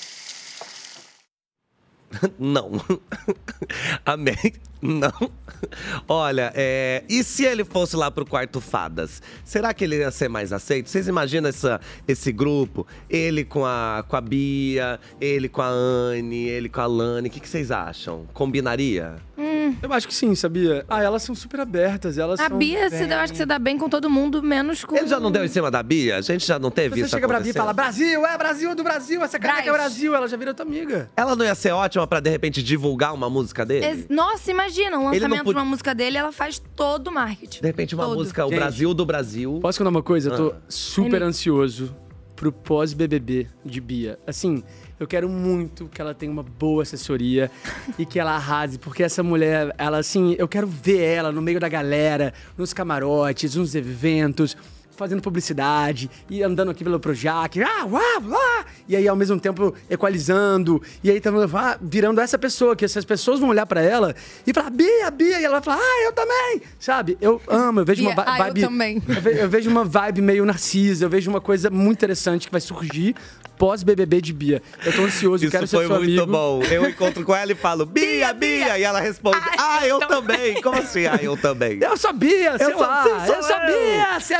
Não. Amém. Não. Olha, é... e se ele fosse lá pro quarto Fadas? Será que ele ia ser mais aceito? Vocês imaginam essa, esse grupo? Ele com a, com a Bia, ele com a Anne, ele com a Lani. O que, que vocês acham? Combinaria? Hum. Eu acho que sim, sabia? Ah, elas são super abertas, elas A são Bia, bem... você- eu acho que você dá bem com todo mundo, menos com. Ele já não deu em cima da Bia? A gente já não teve Você isso chega pra Bia e acontecendo? fala, Brasil, é Brasil, é do Brasil, essa caneca é Braz. Brasil, ela já vira tua amiga. Ela não ia ser ótima pra, de repente, divulgar uma música dele? Ex- Nossa, imagina, o Ele não lançamento podia- de uma música dele, ela faz todo o marketing. De repente, uma Todo. música, o Gente, Brasil do Brasil. Posso contar uma coisa? Eu tô Ah. super Ele- ansioso pro pós-B B B de Bia. Assim, eu quero muito que ela tenha uma boa assessoria e que ela arrase, porque essa mulher, ela assim, eu quero ver ela no meio da galera, nos camarotes, nos eventos, fazendo publicidade e andando aqui pelo Projac, ah, uá, uá, e aí ao mesmo tempo equalizando, e aí também ah, virando essa pessoa, que essas pessoas vão olhar pra ela e falar, Bia, Bia, e ela vai falar, ah, eu também, sabe? Eu amo, eu vejo Bia, uma va- ah, eu vibe… também. Eu ve- eu vejo uma vibe meio Narcisa, eu vejo uma coisa muito interessante que vai surgir pós-B B B de Bia. Eu tô ansioso, eu Isso quero ser foi seu muito amigo. bom. Eu encontro com ela e falo, Bia, Bia! E ela responde, ah, eu também. Como assim, ah, eu também? Eu sou Bia, sei Eu sou- lá. sim, sou eu sou eu. Bia, você é Bia. Eu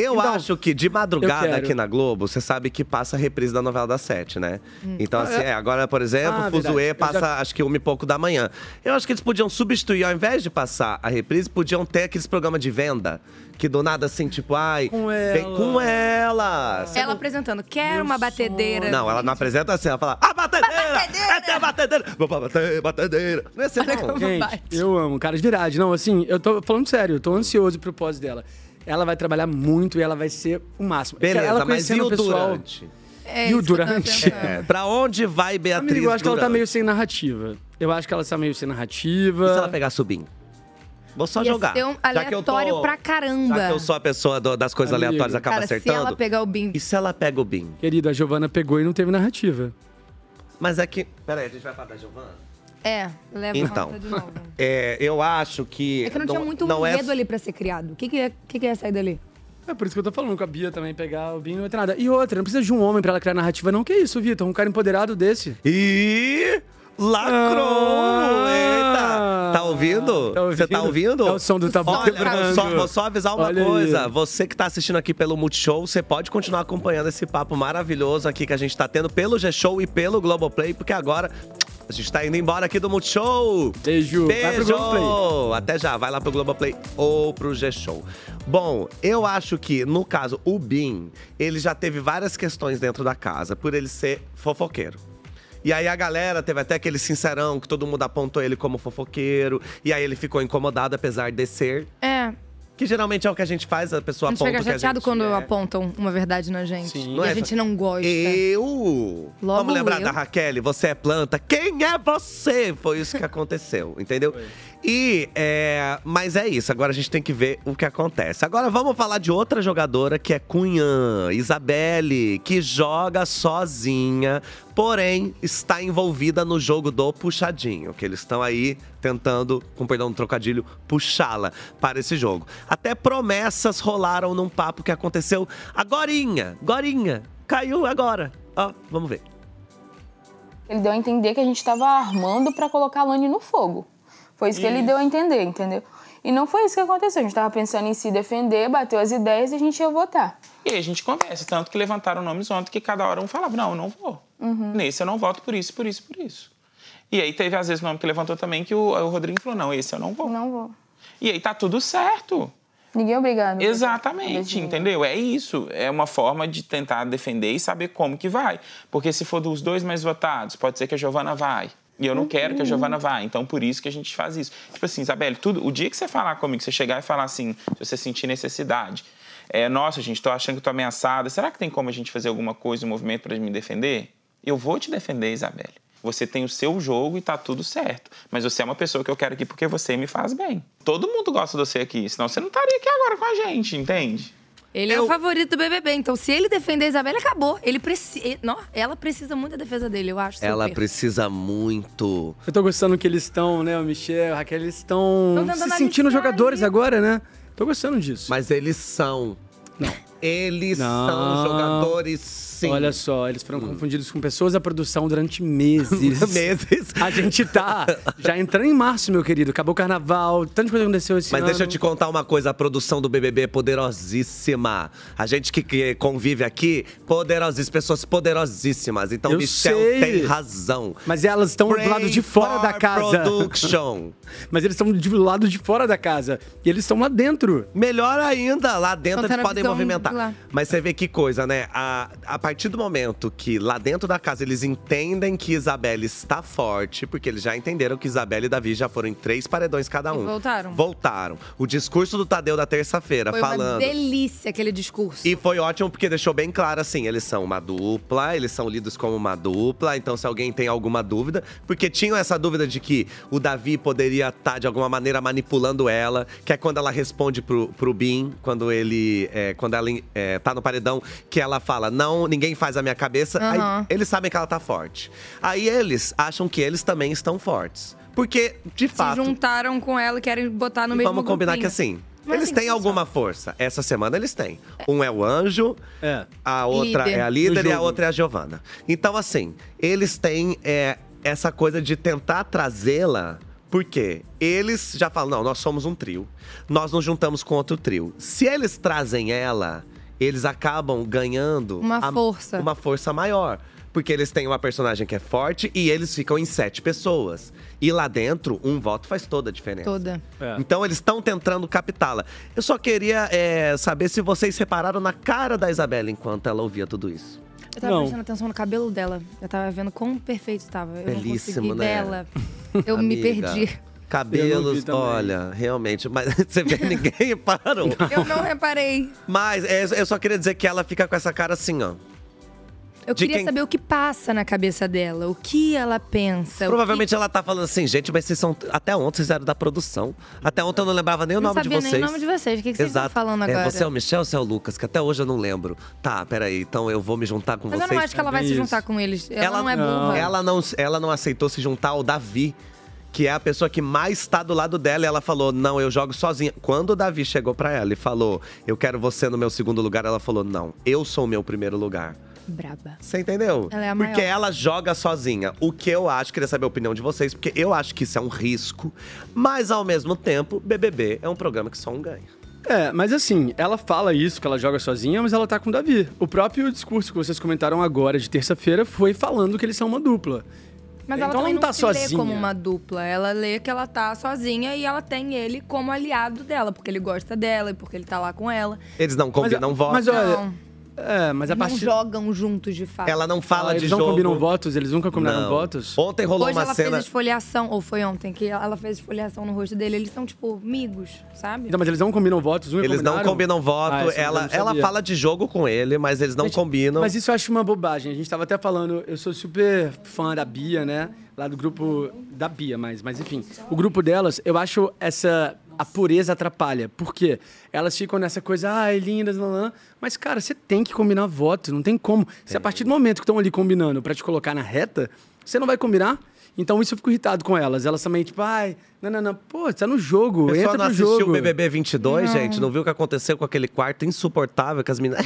Eu Então, acho que de madrugada eu quero. aqui na Globo, você sabe que passa a reprise da novela das sete, né? Hum. Então, Ah, assim, é? é, agora, por exemplo, Ah, Fuzuê verdade. Eu passa já- acho que uma e pouco da manhã. Eu acho que eles podiam substituir, ao invés de passar a reprise, podiam ter aqueles programas de venda. Que do nada, assim, tipo, ai, Com vem ela. com ela. Ela apresentando, quer uma batedeira. Não, ela não apresenta assim, ela fala, a batedeira! É ter a batedeira! Vou pra bater, batedeira! Não é assim, não. Gente, eu amo, cara, de verdade. Não, assim, eu tô falando sério, eu tô ansioso pro pós dela. Ela vai trabalhar muito e ela vai ser o máximo. Beleza, ela mas conhecendo e o pessoal- durante? É e o isso que eu tava durante? pensando. É, pra onde vai Beatriz Amigo, eu acho que ela tá Durante? meio sem narrativa. Eu acho que ela tá meio sem narrativa. E se ela pegar Subim? Vou só Ia jogar. ser um Já que eu tô- aleatório pra caramba. Já que eu sou a pessoa do- das coisas Amigo. aleatórias, acaba Cara, se acertando. ela pegar o Bim. E se ela pega o Bim? Querido, a Giovana pegou e não teve narrativa. Mas é que... Peraí, a gente vai falar da Giovana? É, leva Então, de novo. é, eu acho que... É que não, tinha muito não é enredo ali pra ser criado. O que, que, ia, que, que ia sair dali? É por isso que eu tô falando com a Bia também, pegar o Bim não vai ter nada. E outra, não precisa de um homem pra ela criar narrativa, não. Que isso, Vitor? Um cara empoderado desse. Ih! Lacrou! Ah, Eita! Tá ouvindo? tá ouvindo? Você tá ouvindo? É o som do tabu Olha, quebrando. vou só, vou só avisar uma Olha aí. coisa. Você que tá assistindo aqui pelo Multishow, você pode continuar acompanhando esse papo maravilhoso aqui que a gente tá tendo pelo G-Show e pelo Globoplay, porque agora a gente tá indo embora aqui do Multishow. Beijo. Beijo. Vai pro Globoplay. Até já. Vai lá pro Globoplay ou pro G-Show. Bom, eu acho que, no caso, o Bim, ele já teve várias questões dentro da casa, por ele ser fofoqueiro. E aí a galera teve até aquele sincerão que todo mundo apontou ele como fofoqueiro. E aí ele ficou incomodado, apesar de ser. É. Que geralmente é o que a gente faz, a pessoa A gente aponta fica o que a chateado gente quando é. apontam uma verdade na gente. Sim. E Não a é- gente não gosta. Eu? Logo Vamos lembrar eu. da Raquel? Você é planta. Quem é você? Foi isso que aconteceu, entendeu? E, é, mas é isso. Agora a gente tem que ver o que acontece. Agora vamos falar de outra jogadora que é Cunhã, Isabelle, que joga sozinha, porém está envolvida no jogo do puxadinho, que eles estão aí tentando, com perdão do trocadilho, puxá-la para esse jogo. Até promessas rolaram num papo que aconteceu agorinha, agorinha. Caiu agora. Ó, vamos ver. Ele deu a entender que a gente estava armando para colocar a Lani no fogo. Foi isso que ele Isso. deu a entender, entendeu? E não foi isso que aconteceu. A gente estava pensando em se defender, bateu as ideias e a gente ia votar. E aí a gente conversa, tanto que levantaram nomes ontem que cada hora um falava, não, eu não vou. Uhum. Nesse eu não voto por isso, por isso, por isso. E aí teve às vezes nome que levantou também que o, o Rodrigo falou, não, esse eu não vou. Não vou. E aí tá tudo certo. Ninguém é obrigado. Exatamente, entendeu? É isso. É uma forma de tentar defender e saber como que vai. Porque se for dos dois mais votados, pode ser que a Giovana vai. E eu não Uhum. quero que a Giovana vá. Então, por isso que a gente faz isso. Tipo assim, Isabelle, tudo, o dia que você falar comigo, você chegar e falar assim, se você sentir necessidade, é, nossa, gente, tô achando que tô ameaçada, será que tem como a gente fazer alguma coisa, um movimento para me defender? Eu vou te defender, Isabelle. Você tem o seu jogo e tá tudo certo. Mas você é uma pessoa que eu quero aqui porque você me faz bem. Todo mundo gosta de você aqui, senão você não estaria aqui agora com a gente, entende? Ele é o favorito do B B B, então se ele defender a Isabela, acabou. Ele precisa. Ela precisa muito da defesa dele, eu acho. Ela super. precisa muito. Eu tô gostando que eles estão, né, o Michel, a Raquel, eles estão Tão tentando se sentindo aliciar jogadores agora, né? Tô gostando disso. Mas eles são. Não. Eles Não. são jogadores, sim. Olha só, eles foram confundidos com pessoas da produção durante meses. Meses. A gente tá já entrando em março, meu querido. Acabou o carnaval, tanta coisa aconteceu esse Mas ano. deixa eu te contar uma coisa, a produção do B B B é poderosíssima. A gente que, que convive aqui, poderosíssimas, pessoas poderosíssimas. Então, Eu Michel sei. tem razão. Mas elas estão do Pray lado de fora da for casa. Production. Mas eles estão do lado de fora da casa. E eles estão lá dentro. Melhor ainda, lá dentro Então tá eles na podem visão movimentar. de lá. Mas você vê que coisa, né? A, a partir do momento que lá dentro da casa eles entendem que Isabelle está forte, porque eles já entenderam que Isabelle e Davi já foram em três paredões cada um. E voltaram. Voltaram. O discurso do Tadeu da terça-feira Foi uma falando. delícia aquele discurso. E foi ótimo porque deixou bem claro assim, eles são uma dupla, eles são lidos como uma dupla, então se alguém tem alguma dúvida, porque tinham essa dúvida de que o Davi poderia estar de alguma maneira manipulando ela, que é quando ela responde pro, pro Bim, quando ele, é, quando ela é, tá no paredão, que ela fala, não, ninguém faz a minha cabeça, aí Aham. eles sabem que ela tá forte. Aí eles acham que eles também estão fortes, porque de Se fato… juntaram com ela e querem botar no E mesmo vamos combinar grupinho. que assim, Não é eles assim têm que alguma força. Essa semana eles têm. Um é o Anjo, a outra Líder. é a No líder e a jogo. outra é a Giovana. Então, assim, eles têm é, essa coisa de tentar trazê-la. Porque eles já falam, não, nós somos um trio. Nós nos juntamos com outro trio. Se eles trazem ela… eles acabam ganhando… Uma a- força. Uma força maior. Porque eles têm uma personagem que é forte e eles ficam em sete pessoas. E lá dentro, um voto faz toda a diferença. Toda. Então eles estão tentando captá-la. Eu só queria é, saber se vocês repararam na cara da Isabela enquanto ela ouvia tudo isso. Eu tava Não. prestando atenção no cabelo dela. Eu tava vendo quão perfeito estava. Eu Belíssimo, não consegui né? dela. Eu me Amiga, perdi. Eu não Cabelos, vi também. olha, realmente. Mas você vê, ninguém reparou. Eu não reparei. Mas é, eu só queria dizer que ela fica com essa cara assim, ó. Eu De queria quem- saber o que passa na cabeça dela. O que ela pensa. o Provavelmente ela tá falando assim, gente, mas vocês são. Até ontem vocês eram da produção. Até ontem eu não lembrava nem o Não nome de sabia vocês. nem o nome de vocês. O que, que vocês estão Exato. falando agora? É, você é o Michel ou você é o Lucas? Que até hoje eu não lembro. Tá, peraí, então eu vou me juntar com Mas vocês. eu não acho que ela vai se juntar com eles. Ela, não é burra. Ela não, ela não aceitou se juntar ao Davi, que é a pessoa que mais está do lado dela. E ela falou, não, eu jogo sozinha. Quando o Davi chegou pra ela e falou, eu quero você no meu segundo lugar, ela falou, não, eu sou o meu primeiro lugar. Braba. Você entendeu? Ela é a Porque maior. ela joga sozinha. O que eu acho, queria saber a opinião de vocês, porque eu acho que isso é um risco. Mas, ao mesmo tempo, B B B é um programa que só um ganha. É, mas assim, ela fala isso, que ela joga sozinha, mas ela tá com o Davi. O próprio discurso que vocês comentaram agora, de terça-feira, foi falando que eles são uma dupla. Mas Então ela também não tá se lê sozinha. como uma dupla. Ela lê que ela tá sozinha e ela tem ele como aliado dela. Porque ele gosta dela e porque ele tá lá com ela. Eles não combinam votos. Mas olha, Não. é, mas a Eles partir… não jogam juntos, de fato. Ela não fala Ah, de eles jogo. não combinam votos? Eles nunca combinaram Não. votos? Ontem rolou Hoje uma ela cena… fez esfoliação, ou foi ontem, que ela fez esfoliação no rosto dele. Eles são, tipo, amigos, sabe? Então, mas eles não combinam votos? Nunca Eles não combinaram? combinam voto. Ah, isso eu ela, não ela sabia. fala de jogo com ele, mas eles não Gente, combinam. Mas isso eu acho uma bobagem. A gente tava até falando, eu sou super fã da Bia, né? Lá do grupo da Bia, mas, mas enfim. O grupo delas, eu acho essa… A pureza atrapalha. Por quê? Elas ficam nessa coisa, ai, lindas, lá, lá. Mas, cara, você tem que combinar voto, não tem como. Se a partir do momento que estão ali combinando pra te colocar na reta, você não vai combinar. Então isso eu fico irritado com elas. Elas também, tipo, ai, não, não, não. Pô, tá no jogo, O pessoal entra não no assistiu jogo. o B B B vinte e dois, Não. gente? Não viu o que aconteceu com aquele quarto insuportável que as meninas…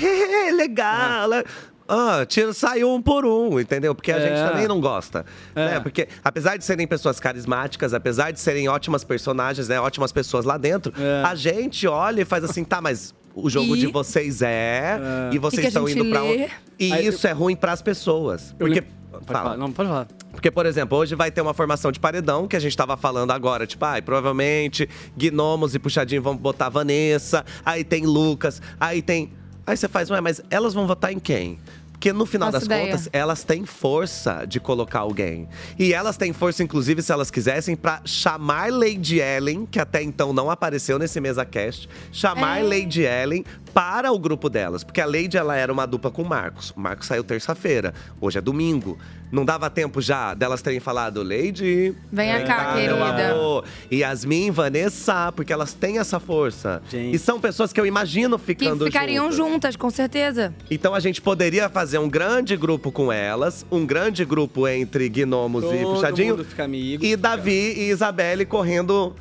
Legal! Ah, tira, saiu um por um, entendeu? Porque a É. gente também não gosta. É. Né? Porque apesar de serem pessoas carismáticas, apesar de serem ótimas personagens, né? Ótimas pessoas lá dentro, É. a gente olha e faz assim, tá, mas… O jogo E? de vocês é, É. e vocês E que a estão gente indo pra lê. onde? E Aí isso é ruim pras pessoas. Eu Porque. lem- Pode falar. Não, pode falar. Porque, por exemplo, hoje vai ter uma formação de paredão, que a gente tava falando agora. Tipo, ai, provavelmente Gnomos e Puxadinho vão botar a Vanessa. Aí tem Lucas, aí tem… Aí você faz, ué, mas elas vão votar em quem? Porque no final Faço das ideia. contas, elas têm força de colocar alguém. E elas têm força, inclusive, se elas quisessem, pra chamar Lady Ellen, que até então não apareceu nesse MesaCast, chamar É. Lady Ellen para o grupo delas. Porque a Lady, ela era uma dupla com o Marcos. O Marcos saiu terça-feira, hoje é domingo. Não dava tempo já delas terem falado, Lady… Venha cá, meu querida. amor. Yasmin, Vanessa, porque elas têm essa força. E são pessoas que eu imagino Que ficando ficariam juntas. juntas, com certeza. Então a gente poderia fazer um grande grupo com elas, um grande grupo entre Gnomos e Todo Puxadinho. mundo fica amigo. E Davi e Isabelle correndo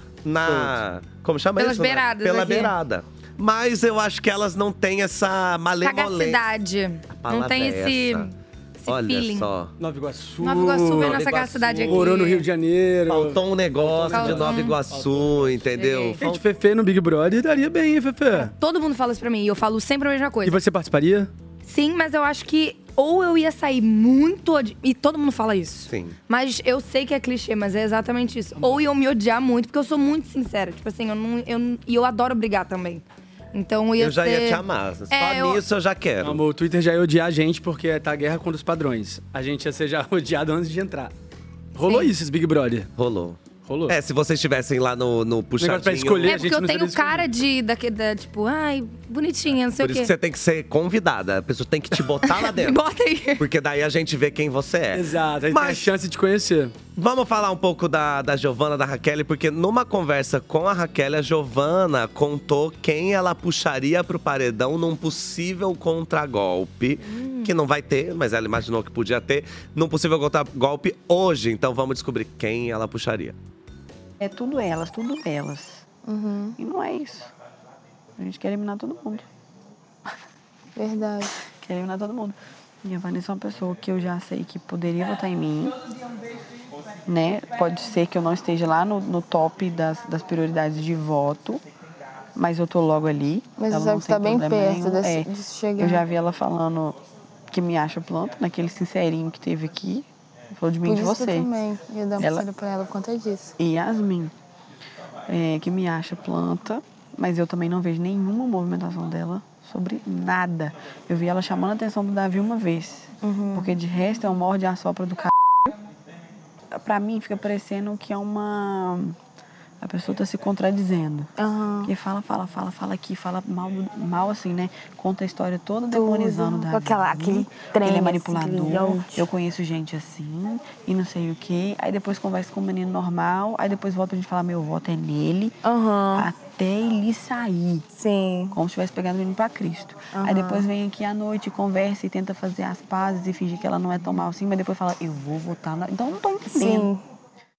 na… Como chama Pelas isso? né? beiradas Pela aqui. beirada. Mas eu acho que elas não têm essa malemolência. Sagacidade. Não palavra tem é esse, essa. esse Olha feeling. só. Nova Iguaçu. Nova Iguaçu vem Nova na Iguaçu. sagacidade aqui. Morou no Rio de Janeiro. Faltou um negócio Faltou. de Nova Iguaçu, entendeu? Gente, Fefe no Big Brother daria bem, hein, Fefe? Todo mundo fala isso pra mim e eu falo sempre a mesma coisa. E você participaria? Sim, mas eu acho que ou eu ia sair muito… odi- E todo mundo fala isso. Sim. Mas eu sei que é clichê, mas é exatamente isso. Ou iam me odiar muito, porque eu sou muito sincera. Tipo assim, eu não… Eu, não- e eu adoro brigar também. Então ia Eu já ser… ia te amar. Só É, eu- nisso eu já quero. Amor, o Twitter já ia odiar a gente porque tá a guerra contra os padrões. A gente ia ser já odiado antes de entrar. Rolou isso, esse Big Brother? Rolou. Rolou. É, se vocês estivessem lá no, no puxadinho… pra escolher, É porque eu tenho cara de, da, da, tipo, ai, bonitinha, não sei Por o isso quê. que você tem que ser convidada. A pessoa tem que te botar lá dentro. Bota aí. Porque daí a gente vê quem você é. Exato, aí Mas tem a chance de conhecer. Vamos falar um pouco da, da Giovana, da Raquel, porque numa conversa com a Raquel, a Giovana contou quem ela puxaria pro paredão num possível contragolpe. Hum. Que não vai ter, mas ela imaginou que podia ter. Num possível contragolpe hoje. Então vamos descobrir quem ela puxaria. É tudo elas, tudo elas. E não é isso. A gente quer eliminar todo mundo. Verdade. Quer eliminar todo mundo. E a Vanessa é uma pessoa que eu já sei que poderia votar em mim. Né? Pode ser que eu não esteja lá no, no top das, das prioridades de voto. mas eu tô logo ali. Mas ela você não sabe que tá tem bem problema perto nenhum. desse, É, disso chegar. eu já vi ela falando que me acha planta, naquele sincerinho que teve aqui. Falou de mim e de Por isso que você. eu também ia dar uma Ela- ela... pra ela por conta disso. E Yasmin, é, que me acha planta, mas eu também não vejo nenhuma movimentação dela sobre nada. Eu vi ela chamando a atenção do Davi uma vez. Uhum. Porque de resto é um morde a sopra do c... Pra mim fica parecendo que é uma... A pessoa tá se contradizendo. Uhum. Porque fala, fala, fala, fala aqui, fala mal, mal assim, né? Conta a história toda demonizando o Davi. Com aquela- aquele trem, Ele é assim, manipulador, brilhante. eu conheço gente assim, e não sei o quê. Aí depois conversa com um menino normal, aí depois volta a gente falar, meu voto é nele, até ele sair. Sim. Como se tivesse pegado o menino pra Cristo. Uhum. Aí depois vem aqui à noite, conversa e tenta fazer as pazes e fingir que ela não é tão mal assim, mas depois fala, eu vou votar na... Então eu não tô entendendo. Sim.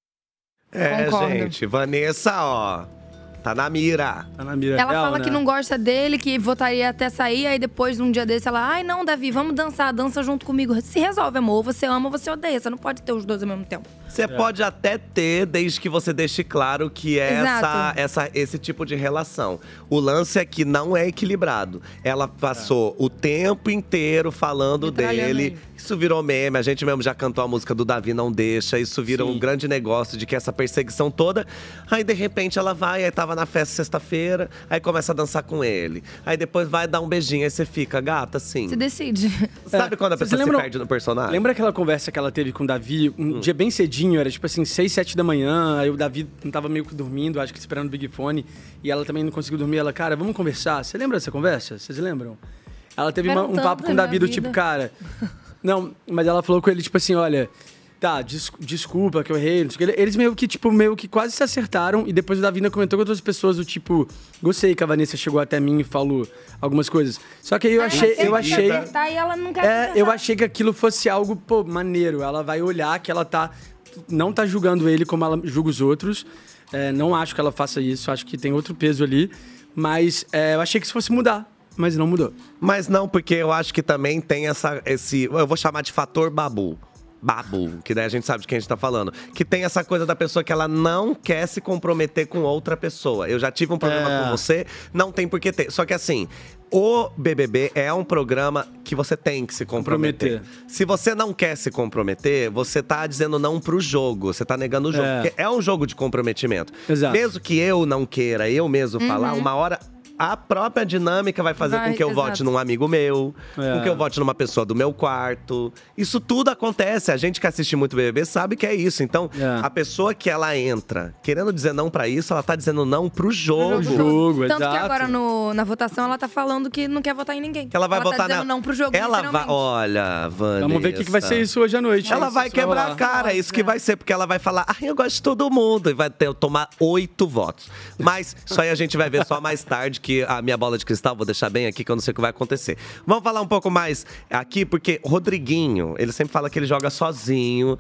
É, Concordo. gente, Vanessa, ó, tá na mira. Tá na mira. Ela fala que não gosta dele, que votaria até sair, aí depois, num dia desse, ela, ai não, Davi, vamos dançar, dança junto comigo. Se resolve, amor. Ou você ama ou você odeia. Você não pode ter os dois ao mesmo tempo. Você pode até ter, desde que você deixe claro que é essa, Exato. essa, esse tipo de relação. O lance é que não é equilibrado. Ela passou o tempo inteiro falando Metralhando dele. ele. Isso virou meme. A gente mesmo já cantou a música do Davi Não Deixa. Isso vira um grande negócio de que essa perseguição toda. Aí, de repente, ela vai, aí tava na festa sexta-feira, aí começa a dançar com ele. Aí depois vai dar um beijinho, aí você fica, gata, assim. Se decide. Sabe quando a Vocês pessoa lembram- se perde no personagem? Lembra aquela conversa que ela teve com o Davi um dia bem cedinho? Era tipo assim, seis, sete da manhã. Aí o Davi não tava meio que dormindo, acho que esperando o Big Fone. E ela também não conseguiu dormir. Ela, cara, vamos conversar. Você lembra dessa conversa? Vocês lembram? Ela teve uma- um Tiveram papo com o tantas Davi na do tipo, vida. cara. Não, mas ela falou com ele, tipo assim, olha. Tá, des- desculpa que eu errei. Não sei o que. Eles meio que, tipo, meio que quase se acertaram. E depois o Davi ainda comentou com outras pessoas, do tipo, gostei que a Vanessa chegou até mim e falou algumas coisas. Só que aí eu Aí achei. ela Eu tenta achei. acertar e ela não quer É, acertar. eu achei que aquilo fosse algo, pô, maneiro. Ela vai olhar que ela tá. Não tá julgando ele como ela julga os outros. É, não acho que ela faça isso. Acho que tem outro peso ali. Mas é, eu achei que isso fosse mudar. Mas não mudou. Mas não, porque eu acho que também tem essa, esse… Eu vou chamar de fator babu. Babu, que daí a gente sabe de quem a gente tá falando. Que tem essa coisa da pessoa que ela não quer se comprometer com outra pessoa. Eu já tive um problema É. com você, não tem por que ter. Só que assim, o B B B é um programa que você tem que se comprometer. Comprometer. Se você não quer se comprometer, você tá dizendo não pro jogo. Você tá negando o jogo. É. Porque é um jogo de comprometimento. Exato. Mesmo que eu não queira, eu mesmo falar, Uhum. uma hora… A própria dinâmica vai fazer Vai, com que eu exato. vote num amigo meu, É. com que eu vote numa pessoa do meu quarto. Isso tudo acontece. A gente que assiste muito B B B sabe que é isso. Então, É. a pessoa que ela entra querendo dizer não pra isso, ela tá dizendo não pro jogo. jogo, Tanto que agora no- na votação ela tá falando que não quer votar em ninguém. Que ela vai ela votar tá dizendo na- não pro jogo, Ela vai, literalmente. olha, Vanessa. Vamos ver o que, que vai ser isso hoje à noite. Ela Isso vai quebrar rolar. a cara, é isso que vai ser, porque ela vai falar, ah, eu gosto de todo mundo, e vai ter, tomar oito votos. Mas isso aí a gente vai ver só mais tarde, que a minha bola de cristal, vou deixar bem aqui, que eu não sei o que vai acontecer. Vamos falar um pouco mais aqui, porque Rodriguinho, ele sempre fala que ele joga sozinho.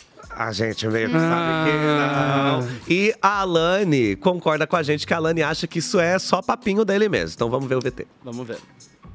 A gente meio que sabe que não. E a Alane concorda com a gente, que a Alane acha que isso é só papinho dele mesmo. Então vamos ver o V T. Vamos ver.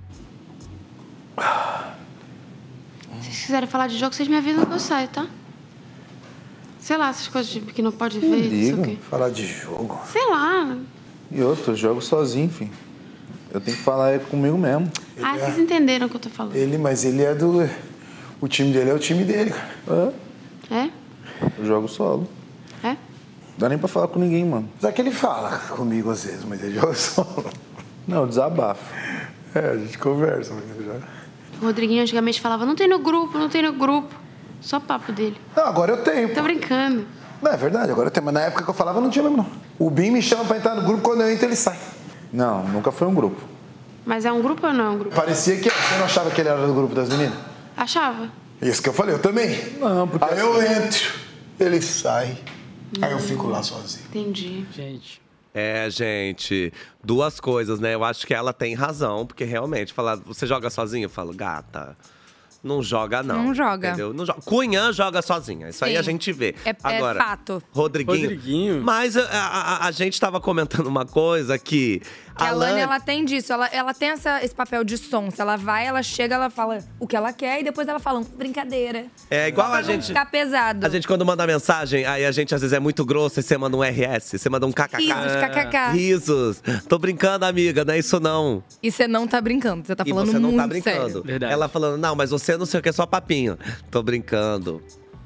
Se vocês quiserem falar de jogo, vocês me avisam que eu saio, tá? Sei lá, essas coisas tipo, que não pode ver, não sei o quê. Falar de jogo. Sei lá. E outro, eu jogo sozinho, enfim. Eu tenho que falar é comigo mesmo. Ah, vocês entenderam o que eu tô falando. Ele, mas ele é do. O time dele é o time dele, cara. É? Eu jogo solo. É? Dá nem pra falar com ninguém, mano. Só que ele fala comigo às vezes, mas ele joga solo. Não, desabafo. É, a gente conversa, mas ele joga. O Rodriguinho antigamente falava, não tem no grupo, não tem no grupo. Só papo dele. Não, agora eu tenho. Tô brincando. Não, é verdade, agora eu tenho. Mas na época que eu falava, não tinha mesmo, não. O Bim me chama pra entrar no grupo, quando eu entro, ele sai. Não, nunca foi um grupo. Mas é um grupo ou não é um grupo? Parecia que você não achava que ele era do grupo das meninas? Achava. Isso que eu falei, eu também. Não, porque. Aí eu entro, ele sai. Aí eu fico lá sozinho. Entendi. Gente. É, gente, duas coisas, né? Eu acho que ela tem razão, porque realmente, falar, você joga sozinho? Eu falo, gata, não joga não. Não joga. Entendeu? Não joga. Cunhã joga sozinha, isso aí Sim. a gente vê. É, Agora, é fato. Rodriguinho. Rodriguinho. Mas a, a- a gente tava comentando uma coisa que Que a, a Lani, ela tem disso. Ela, ela tem essa, esse papel de som. Se ela vai, ela chega, ela fala o que ela quer e depois ela fala, brincadeira. É igual Só pra a gente. Não ficar pesado. A gente, quando manda mensagem, aí a gente às vezes é muito grosso e você manda um R S, você manda um kkk. Risos, kkk. Risos. Tô brincando, amiga, não é isso não. E você não tá brincando, você tá E falando você não muito tá brincando. sério. Ela falando, não, mas você não sei o que, é só papinho. Tô brincando.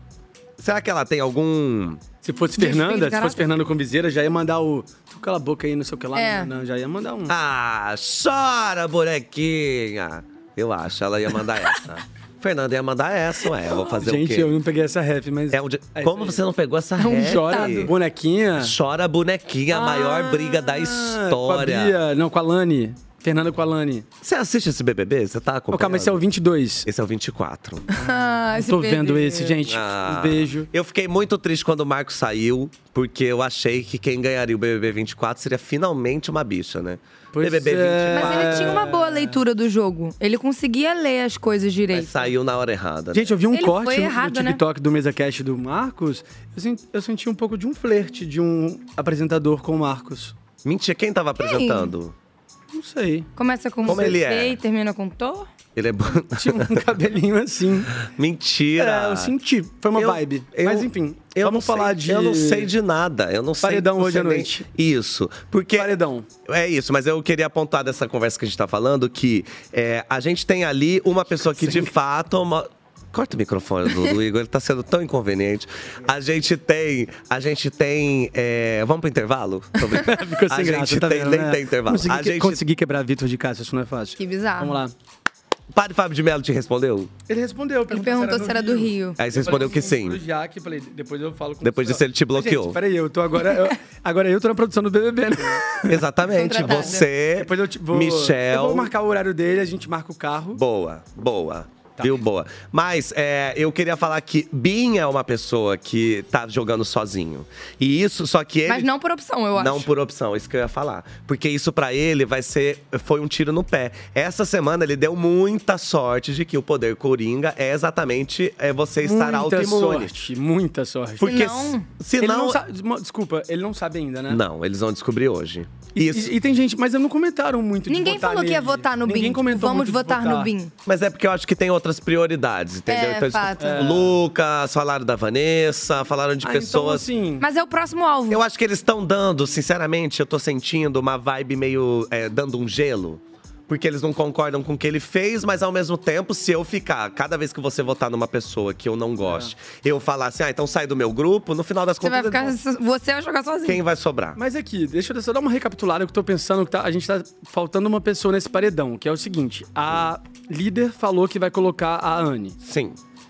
Será que ela tem algum. Se fosse Fernanda, se fosse Fernanda com viseira, já ia mandar o. Cala a boca aí, não sei o que lá. É. Não, já ia mandar um. Ah, chora, bonequinha. Eu acho, ela ia mandar essa. Fernanda ia mandar essa, ué. Eu vou fazer Gente, o quê? eu não peguei essa ref, mas. É um de... Como você não pegou essa É um ref? chora bonequinha. Chora bonequinha, a maior briga da história. Com a Bia, não, com a Lani. Fernanda com a Lani. Você assiste esse B B B? Você tá acompanhando? Oh, calma, esse é o vinte e dois. Esse é o vinte e quatro. Ah, esse Tô bebê. vendo esse, gente. Ah, Um beijo. Eu fiquei muito triste quando o Marcos saiu, porque eu achei que quem ganharia o B B B vinte e quatro seria finalmente uma bicha, né? Pois B B B é. vinte e quatro. Mas ele tinha uma boa leitura do jogo. Ele conseguia ler as coisas direito. Mas saiu na hora errada. Gente, eu vi um Ele corte foi no, errado, no TikTok do MesaCast do Marcos. Eu senti, eu senti um pouco de um flerte de um apresentador com o Marcos. Mentira, quem tava apresentando? Não sei. Começa com Como C ele é? e termina com Tô. Ele é bom. Tinha um cabelinho assim. Mentira. É, eu senti. Foi uma Eu- vibe. eu- Mas enfim, Eu vamos não falar sei, de. Eu não sei de nada. Eu não sei. Paredão não hoje sei à nem- noite. Isso. Porque. Paredão. É isso, mas eu queria apontar dessa conversa que a gente tá falando que é, a gente tem ali uma pessoa que de fato. Uma... Corta o microfone do, do Igor, ele tá sendo tão inconveniente. A gente tem. A gente tem. é, Vamos pro intervalo? Tô brincando. Ficou sem a graça, gente tá tem, vendo, nem né? tem intervalo. Consegui, A gente... consegui quebrar Vitor de Castro, isso não é fácil. Que bizarro. Vamos lá. O padre Fábio de Mello te respondeu? Ele respondeu. Ele perguntou se era do Rio. Aí você respondeu que sim. Pro Jaque, falei, depois eu falo com Depois você. disso ele te Mas, bloqueou. Gente, peraí, eu tô agora. Eu, agora eu tô na produção do B B B, né? Exatamente. Contratada. Você, Depois eu te, vou, Michel. Eu vou marcar o horário dele, a gente marca o carro. Boa, boa. Viu? Boa. Mas é, eu queria falar que Bin é uma pessoa que tá jogando sozinho. E isso, só que ele. Mas não por opção, eu acho. Não por opção, isso que eu ia falar. Porque isso pra ele vai ser. Foi um tiro no pé. Essa semana ele deu muita sorte de que o poder Coringa é exatamente é você estar Muita autoimune. sorte, muita sorte. Porque Senão- se Ele não. não sabe, desculpa, ele não sabe ainda, né? Não, eles vão descobrir hoje. E, Isso. e, e tem gente, mas não comentaram muito de Ninguém votar falou que ia nele. votar no Ninguém Bin. Tipo, comentou vamos muito de votar no Bin. Mas é porque eu acho que tem outras prioridades, entendeu? É, então, fato. eles- Lucas, falaram da Vanessa, falaram de Ah, então, pessoas. assim, Mas é o próximo alvo. Eu acho que eles estão dando, sinceramente, eu tô sentindo uma vibe meio é, dando um gelo. Porque eles não concordam com o que ele fez, mas ao mesmo tempo, se eu ficar, cada vez que você votar numa pessoa que eu não goste, eu falar assim, ah, então sai do meu grupo, no final das Você vai contas, ficar. Você vai jogar sozinho. quem vai sobrar? Mas aqui, deixa eu só dar uma recapitulada que eu tô pensando que tá- a gente tá faltando uma pessoa nesse paredão, que é o seguinte: a líder falou que vai colocar a Anne. Sim.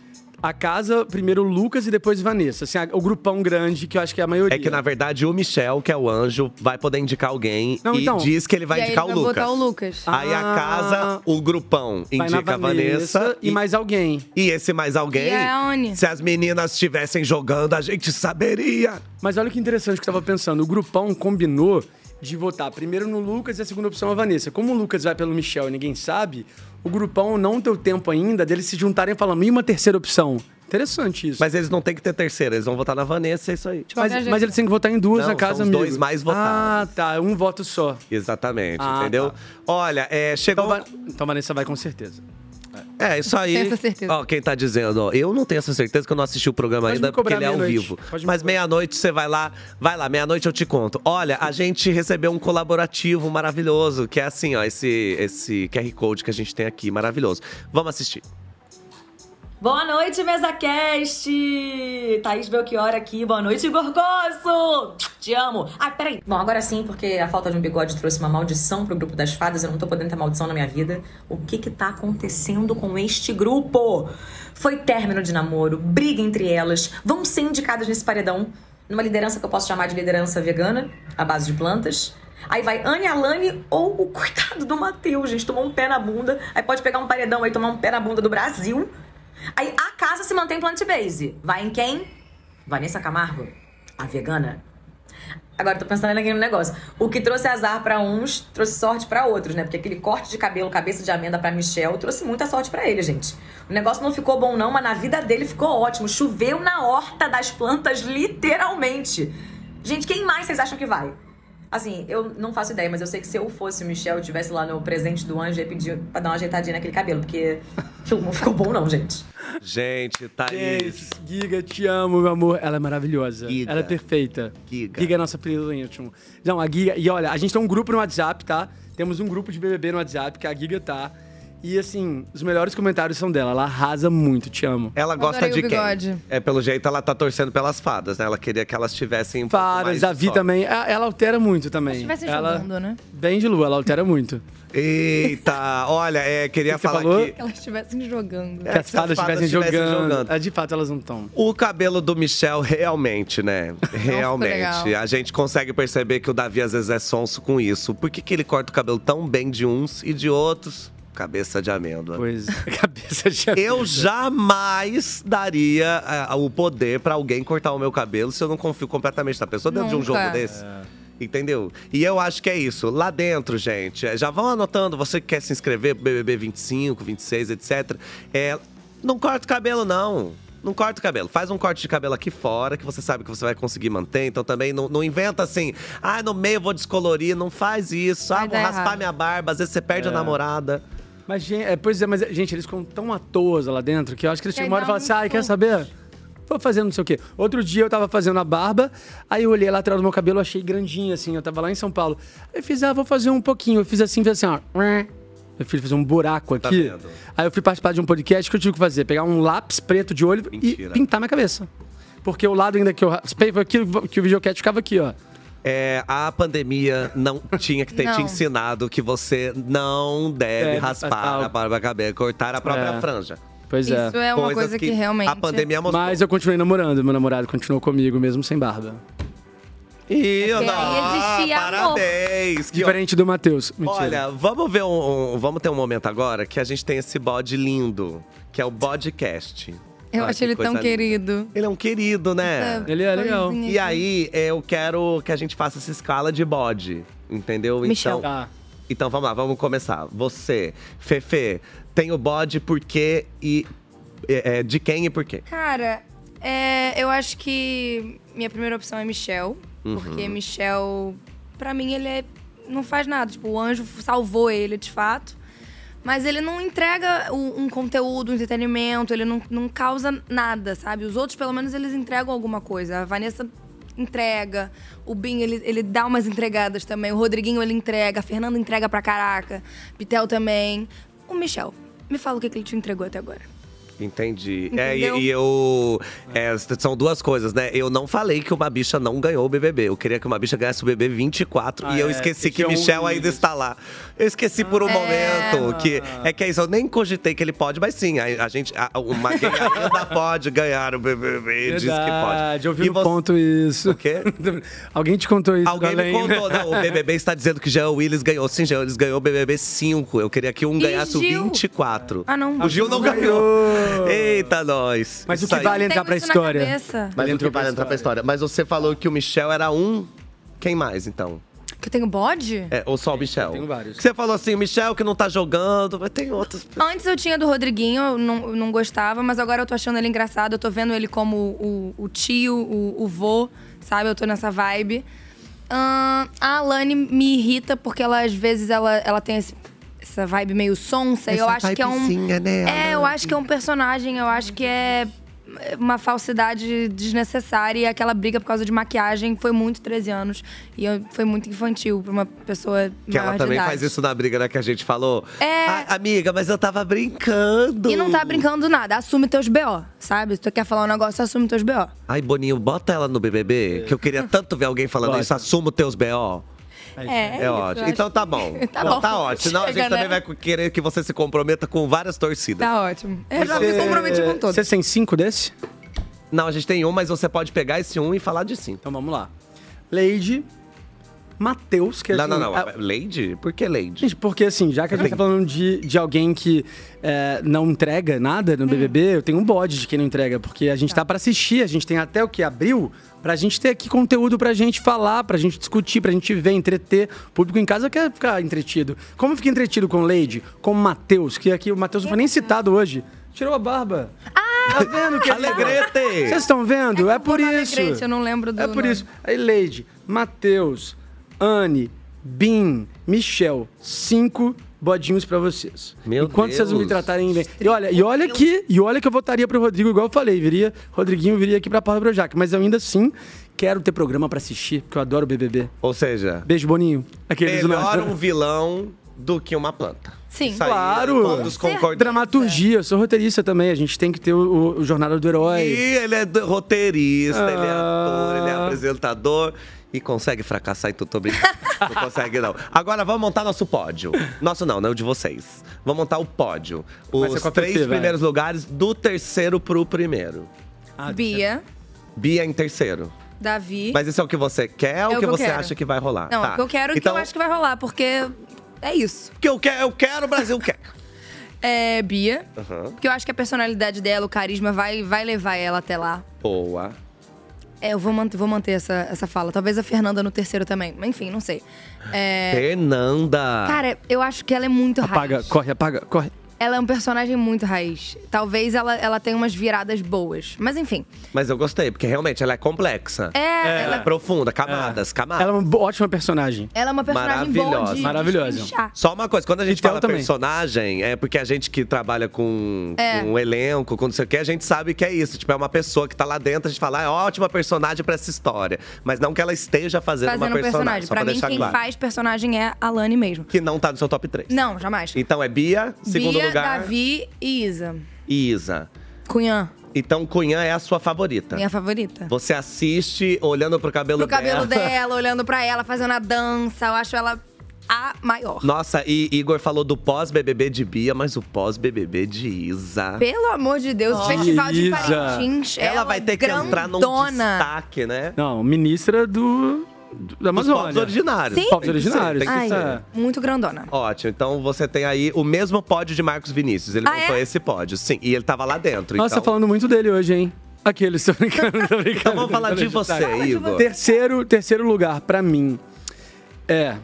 A casa, primeiro o Lucas e depois Vanessa. Assim, a- o grupão grande, que eu acho que é a maioria. É que, na verdade, o Michel, que é o anjo, vai poder indicar alguém Não, e então. diz que ele vai E aí indicar ele o vai Lucas. botar o Lucas. Aí a Ah. casa, o grupão Vai na indica a Vanessa. e mais alguém. E esse mais alguém, E a Anne. se as meninas estivessem jogando, a gente saberia. Mas olha que interessante que eu tava pensando. O grupão combinou de votar primeiro no Lucas e a segunda opção a Vanessa. Como o Lucas vai pelo Michel e ninguém sabe, o grupão não deu tempo ainda deles se juntarem e falarem, e uma terceira opção? Interessante isso. Mas eles não têm que ter terceira, eles vão votar na Vanessa, é isso aí. Mas, mas eles têm que votar em duas Não, na casa, são os amigo. dois mais votados. Ah, tá. Um voto só. Exatamente, Ah, entendeu? tá. Olha, é, chegou... Então, Va- então Vanessa vai com certeza. É, isso aí. Tenho essa certeza. Ó, quem tá dizendo, ó, eu não tenho essa certeza que eu não assisti o programa Pode ainda me cobrar porque ele é ao meia-noite. vivo. Pode me Mas meia-noite você vai lá, vai lá, meia-noite eu te conto. Olha, a gente recebeu um colaborativo maravilhoso, que é assim, ó, esse, esse Q R Code que a gente tem aqui, maravilhoso. Vamos assistir. Boa noite, MesaCast! Thaís Belchior aqui. Boa noite, Gorgoso! Te amo! Ah, peraí. Bom, agora sim, porque a falta de um bigode trouxe uma maldição pro grupo das fadas. Eu não tô podendo ter maldição na minha vida. O que que tá acontecendo com este grupo? Foi término de namoro, briga entre elas. Vão ser indicadas nesse paredão. Numa liderança que eu posso chamar de liderança vegana, à base de plantas. Aí vai Anne, Alane ou o coitado do Matheus, gente. Tomou um pé na bunda. Aí pode pegar um paredão aí, tomar um pé na bunda do Brasil. Aí a casa se mantém plant-based. Vai em quem? Vanessa Camargo, a vegana. Agora, tô pensando aqui no negócio. O que trouxe azar pra uns, trouxe sorte pra outros, né? Porque aquele corte de cabelo, cabeça de amêndoa pra Michel, trouxe muita sorte pra ele, gente. O negócio não ficou bom não, mas na vida dele ficou ótimo. Choveu na horta das plantas, literalmente. Gente, quem mais vocês acham que vai? Assim, eu não faço ideia, mas eu sei que se eu fosse o Michel e estivesse lá no presente do anjo, eu ia pedir pra dar uma ajeitadinha naquele cabelo, porque não ficou bom não, gente. Gente, Thaís. Giga, te amo, meu amor. Ela é maravilhosa. Giga. Ela é perfeita. Giga. Giga é nossa apelido íntimo. Não, a Giga... E olha, a gente tem um grupo no WhatsApp, tá? Temos um grupo de B B B no WhatsApp, que a Giga tá. E assim, os melhores comentários são dela. Ela arrasa muito, te amo. Ela gosta de quem? É, pelo jeito, ela tá torcendo pelas fadas, né? Ela queria que elas tivessem um pouco Fadas, mais a Vi só. também. Ela ela altera muito também. Se estivesse ela... jogando, né? Bem de lua, ela altera muito. Eita, olha, é, queria Que que você falar falou? que... Que elas estivessem jogando. Que as fadas estivessem jogando. É, de fato, elas não estão. O cabelo do Michel, realmente, né? Realmente. legal. A gente consegue perceber que o Davi às vezes é sonso com isso. Por que, que ele corta o cabelo tão bem de uns e de outros? Cabeça de amêndoa. Pois, cabeça de amêndoa. Eu jamais daria uh, o poder pra alguém cortar o meu cabelo se eu não confio completamente na pessoa dentro de um Nunca. jogo desse. É. Entendeu? E eu acho que é isso. Lá dentro, gente, já vão anotando, você que quer se inscrever pro B B B vinte e cinco, vinte e seis, etcétera. É, não corta o cabelo, não. Não corta o cabelo. Faz um corte de cabelo aqui fora, que você sabe que você vai conseguir manter. Então também não, não inventa assim, ah, no meio eu vou descolorir. Não faz isso. Ah, Vai vou dar raspar errado. minha barba. Às vezes você perde É. a namorada. Mas, gente, é, pois é, mas, gente, eles ficam tão à toa lá dentro que eu acho que eles Que aí chegam uma hora e dá falam um assim, ai, quer fogo. saber? Vou fazer não sei o quê. Outro dia eu tava fazendo a barba, aí eu olhei lá atrás do meu cabelo, achei grandinho, assim, eu tava lá em São Paulo. Aí eu fiz, ah, vou fazer um pouquinho. Eu fiz assim, fiz assim, ó. Meu filho fez um buraco Tá aqui. vendo? Aí eu fui participar de um podcast que eu tive que fazer, pegar um lápis preto de olho Mentira. e pintar minha cabeça. Porque o lado ainda que eu raspei foi aqui, que o videocat ficava aqui, ó. É, a pandemia não tinha que ter te Não. ensinado que você não deve Deve raspar raspar o- a barba cabeça, cortar a própria É. franja. Pois é. Isso é uma Coisas coisa que, realmente... A pandemia mostrou. Mas eu continuei namorando, meu namorado continuou comigo mesmo sem barba. E Porque aí ah, existia amor. parabéns! Que Diferente do Matheus. Mentira. Olha, vamos ver um, um- vamos ter um momento agora que a gente tem esse bode lindo, que é o Bodcast. Eu Olha acho que ele coisa tão linda. querido. Ele é um querido, né? Essa Ele é legal. coisinha E aqui. aí, é, eu quero que a gente faça essa escala de bode, entendeu? Michel. Então, Tá. então vamos lá, vamos começar. Você, Fefe, tem o bode por quê e é, é, de quem e por quê? Cara, é, eu acho que minha primeira opção é Michel. Uhum. Porque Michel, pra mim, ele é, não faz nada. Tipo, o anjo salvou ele, de fato. Mas ele não entrega um, um conteúdo, um entretenimento. Ele não, não causa nada, sabe? Os outros, pelo menos, eles entregam alguma coisa. A Vanessa entrega. O Bin, ele, ele dá umas entregadas também. O Rodriguinho, ele entrega. A Fernanda entrega pra caraca. Pitel também. O Michel, me fala o que, que ele te entregou até agora. Entendi. É, e, Entendeu? e eu. é, são duas coisas, né? Eu não falei que uma bicha não ganhou o B B B. Eu queria que uma bicha ganhasse o B B B vinte e quatro. Ah, e eu é, esqueci que que é um Michel ainda Willis. está lá. Eu esqueci por um momento. Que, é que é isso, eu nem cogitei que ele pode, mas sim, a, a gente. A, uma gay ainda pode ganhar o B B B. Diz que pode. Verdade, eu vi E no você- ponto isso. O quê? Alguém te contou isso, Alguém me Galém? contou, não. O B B B está dizendo que Jean Willis ganhou. Sim, Jean Willis ganhou o B B B cinco. Eu queria que um E ganhasse Gil? o vinte e quatro. Ah, não. O Gil não ganhou. Eita, nós. Mas o Isso que aí. vale Tenho entrar pra isso na história? cabeça. Mas Ele o que entrou pra vale entrar pra história. Mas você falou que o Michel era um. Quem mais, então? Que eu tenho bode? É, ou só o Michel? tenho vários. Que você falou assim, o Michel que não tá jogando, mas tem outros. Antes eu tinha do Rodriguinho, eu não, eu não gostava, mas agora eu tô achando ele engraçado. Eu tô vendo ele como o, o tio, o, o vô, sabe? Eu tô nessa vibe. Ahn, a Alane me irrita porque ela, às vezes, ela, ela tem esse- essa vibe meio sonsa. E eu Essa acho que é um. vibezinha, né, É, eu Alane? acho que é um personagem, eu acho que é uma falsidade desnecessária. E aquela briga por causa de maquiagem foi muito treze anos. E eu- foi muito infantil pra uma pessoa Que maior ela de também idade. faz isso na briga, né, que a gente falou. É. Ah, amiga, mas eu tava brincando. E não tá brincando nada. Assume teus B O, sabe? Se tu quer falar um negócio, assume teus B O. Ai, Boninho, bota ela no B B B, que eu queria tanto ver alguém falando Bota. isso. Assuma os teus B O. É, É ótimo. Então tá bom. Tá Não, bom. Tá ótimo. Senão a gente Chega, também né? vai querer que você se comprometa com várias torcidas. Tá ótimo. Eu já me comprometi com todos. Você tem cinco desse? Não, a gente tem um, mas você pode pegar esse um e falar de cinco. Então vamos lá. Lady, Matheus, que é Não, assim, não, não. é- Lady? Por que Lady? Gente, porque assim, já que a gente tá falando de, de alguém que é, não entrega nada no B B B, eu tenho um bode de quem não entrega, porque a gente tá pra assistir, a gente tem até o que? Abril, pra gente ter aqui conteúdo pra gente falar, pra gente discutir, pra gente ver, entreter. O público em casa quer ficar entretido. Como eu fiquei entretido com Lady, com o Matheus, que aqui o Matheus não foi nem citado hoje. Tirou a barba. Tá vendo que Alegrete! Vocês estão vendo? É, por Vou no isso. Alegrete, eu não lembro do É por nome. isso. Aí, Lady, Matheus, Anne, Bin, Michel, cinco bodinhos pra vocês. Meu Enquanto Deus. vocês não me tratarem bem. E olha, e olha que, e olha que eu votaria pro Rodrigo, igual eu falei, viria, Rodriguinho viria aqui pra Porta Projac, mas eu ainda assim quero ter programa pra assistir, porque eu adoro o B B B. Ou seja, beijo Boninho. Aqueles melhor um vilão do que uma planta. Sim. Isso aí, Claro. todos concordam. Dramaturgia, eu sou roteirista também, a gente tem que ter o, o Jornada do Herói. E ele é do- roteirista, Ah. ele é ator, ele é apresentador. E consegue fracassar em tudo, tô brincando. Não consegue, não. Agora, vamos montar nosso pódio. Nosso não, não, o de vocês. Vamos montar o pódio. Vai ser Os com a três P P, vai. primeiros lugares, do terceiro pro primeiro. Bia, Bia em terceiro. Davi. Mas isso é o que você quer ou É o o que que eu você quero. acha que vai rolar? Não, Tá. o que eu quero e o então, que eu acho que vai rolar, porque é isso. que eu quero, eu quero, o Brasil quer. É Bia, Aham. porque eu acho que a personalidade dela, o carisma, vai, vai levar ela até lá. Boa. É, eu vou manter, vou manter essa, essa fala. Talvez a Fernanda no terceiro também. Mas enfim, não sei. É, Fernanda. Cara, eu acho que ela é muito Apaga, raiz. corre, apaga, corre. Ela é um personagem muito raiz. Talvez ela, ela tenha umas viradas boas. Mas enfim. Mas eu gostei, porque realmente ela é complexa. É, Ela é profunda, camadas, camadas. Ela é uma bo- ótima personagem. Ela é uma personagem boa Maravilhosa. de, Maravilhosa. de destrinchar. Só uma coisa, quando a gente Então fala também. personagem, é porque a gente que trabalha com, É. com um elenco, com não sei o que, a gente sabe que é isso. Tipo, é uma pessoa que tá lá dentro, a gente fala, ah, é ótima personagem pra essa história. Mas não que ela esteja fazendo, Fazendo uma um personagem. personagem. Só Pra pra mim, deixar quem claro. faz personagem é a Lani mesmo. Que não tá no seu top três. Não, jamais. Então é Bia, segundo Bia, lugar, Davi e Isa. e Isa. Cunhã, Então Cunhã é a sua favorita. minha favorita. Você assiste olhando pro cabelo Pro cabelo dela. dela, olhando pra ela, fazendo a dança. Eu acho ela a maior. Nossa, e Igor falou do pós-B B B de Bia, mas o pós-B B B de Isa. Pelo amor de Deus, o Festival de Isa. Parintins, Ela vai ter que entrar num grandona. destaque, né? Não, ministra do, do da Dos Amazônia. povos originários. Sim. Povos Tem que ser, originários. tem que Ai, ser. muito grandona. Ótimo, então você tem aí o mesmo pódio de Marcos Vinícius. Ele Ah, montou é? esse pódio, sim. E ele tava lá dentro, Nossa, então. falando muito dele hoje, hein? Aqueles, tô brincando, tô brincando. Então vamos falar de você, Igor. Terceiro, terceiro lugar, pra mim, é…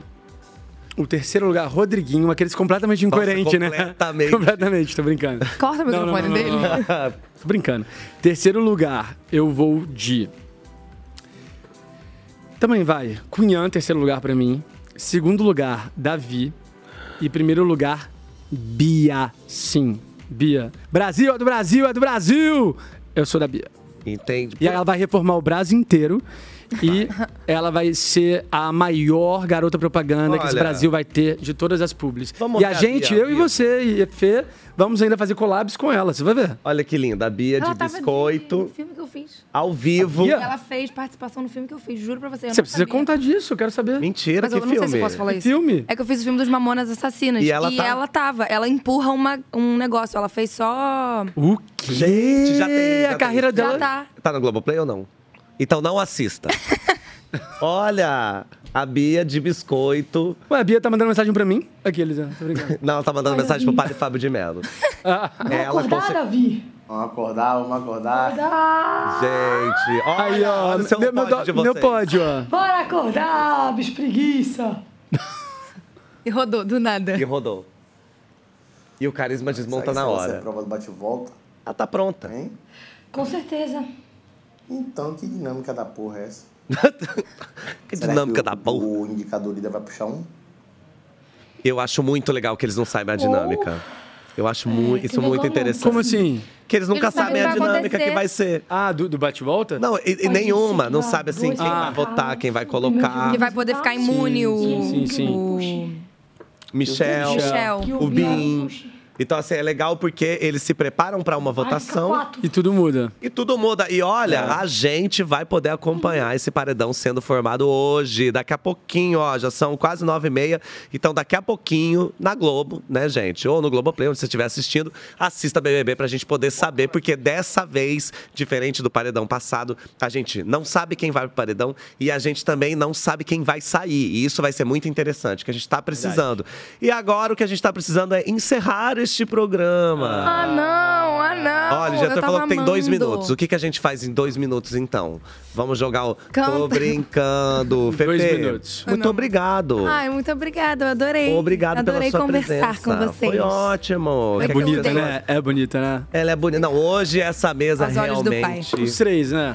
O terceiro lugar, Rodriguinho, aqueles completamente Nossa, incoerente, né? completamente. Completamente, tô brincando. Corta o Não, não, microfone não, dele. não, não. Tô brincando. Terceiro lugar, eu vou de… Também vai, Cunhã, terceiro lugar pra mim. Segundo lugar, Davi. E primeiro lugar, Bia. Sim, Bia. Brasil, é do Brasil, é do Brasil! Eu sou da Bia. Entende? E ela vai reformar o Brasil inteiro. E ela vai ser a maior garota propaganda que esse Olha. Brasil vai ter de todas as publis. Vamos E a ver a gente, Bia, eu e Bia. você e a Fê, vamos ainda fazer collabs com ela, você vai ver. Olha que linda, a Bia Ela de tava biscoito, no filme que eu fiz. ao vivo. Bia? Ela fez participação no filme que eu fiz, juro pra você. Eu Você não precisa sabia. contar disso, eu quero saber. Mentira, Mas que eu não filme? sei se eu posso falar Que isso. filme? É que eu fiz o filme dos Mamonas Assassinas. E ela tá- ela tava. Ela empurra uma, um negócio. Ela fez só. O quê? Gente, já tem- já a tem. carreira dela. Já tá. Tá no Globoplay ou não? Então não assista. Olha, a Bia de biscoito. Ué, a Bia tá mandando mensagem pra mim? Aqueles, né? Tô brincando. Não, ela tá mandando Olha, mensagem pro Bia. padre Fábio de Mello. Vamos acordar, Davi? Vamos acordar, vamos acordar. Gente, olha, Aí, ó, olha o seu meu, meu, pódio de do- meu vocês. pódio, ó. Bora acordar, bicho preguiça. E rodou, do nada. E rodou. E o carisma desmonta na Será que hora. essa é a prova do bate-volta, Ela tá pronta. hein? Com certeza. Então, que dinâmica da porra é essa? Que Será dinâmica que o, da porra. O indicador líder vai puxar um? Eu acho muito legal que eles não saibam a dinâmica. Eu acho mu- isso nem muito como- interessante. Como assim? Que eles nunca Eles não sabem a sabem o que vai dinâmica que acontecer. vai ser. Ah, do, do bate-volta? Não, e, e Pode nenhuma. ser que Não vá sabe assim dois quem pra vai cá, votar, quem vai o primeiro colocar. Que vai poder ficar imune o. sim, sim. o- Michel, Michel. E o Bia- Bin. Então, assim, é legal porque eles se preparam pra uma Vai ficar votação. quatro. E tudo muda. E tudo muda. E olha, a gente vai poder acompanhar esse paredão sendo formado hoje. Daqui a pouquinho, ó, já são quase nove e meia. Então, daqui a pouquinho, na Globo, né, gente? Ou no Globoplay, onde você estiver assistindo, assista B B B pra gente poder saber. Porque dessa vez, diferente do paredão passado, a gente não sabe quem vai pro paredão e a gente também não sabe quem vai sair. E isso vai ser muito interessante, que a gente tá precisando. E agora, o que a gente tá precisando é encerrar este programa. Ah, não, ah, não. Olha, o Eu diretor tava falou que tem dois amando. minutos. O que, que a gente faz em dois minutos, então? Vamos jogar o Canta. Tô Brincando. Fefe, Dois minutos. muito obrigado. Ai, muito obrigada, eu adorei. Obrigado adorei pela sua conversar presença. com vocês. Foi ótimo. Foi É Quer que bonita, você- né? É bonita, né? Ela é bonita. Não, hoje essa mesa Aos olhos do pai. realmente… Os três, né?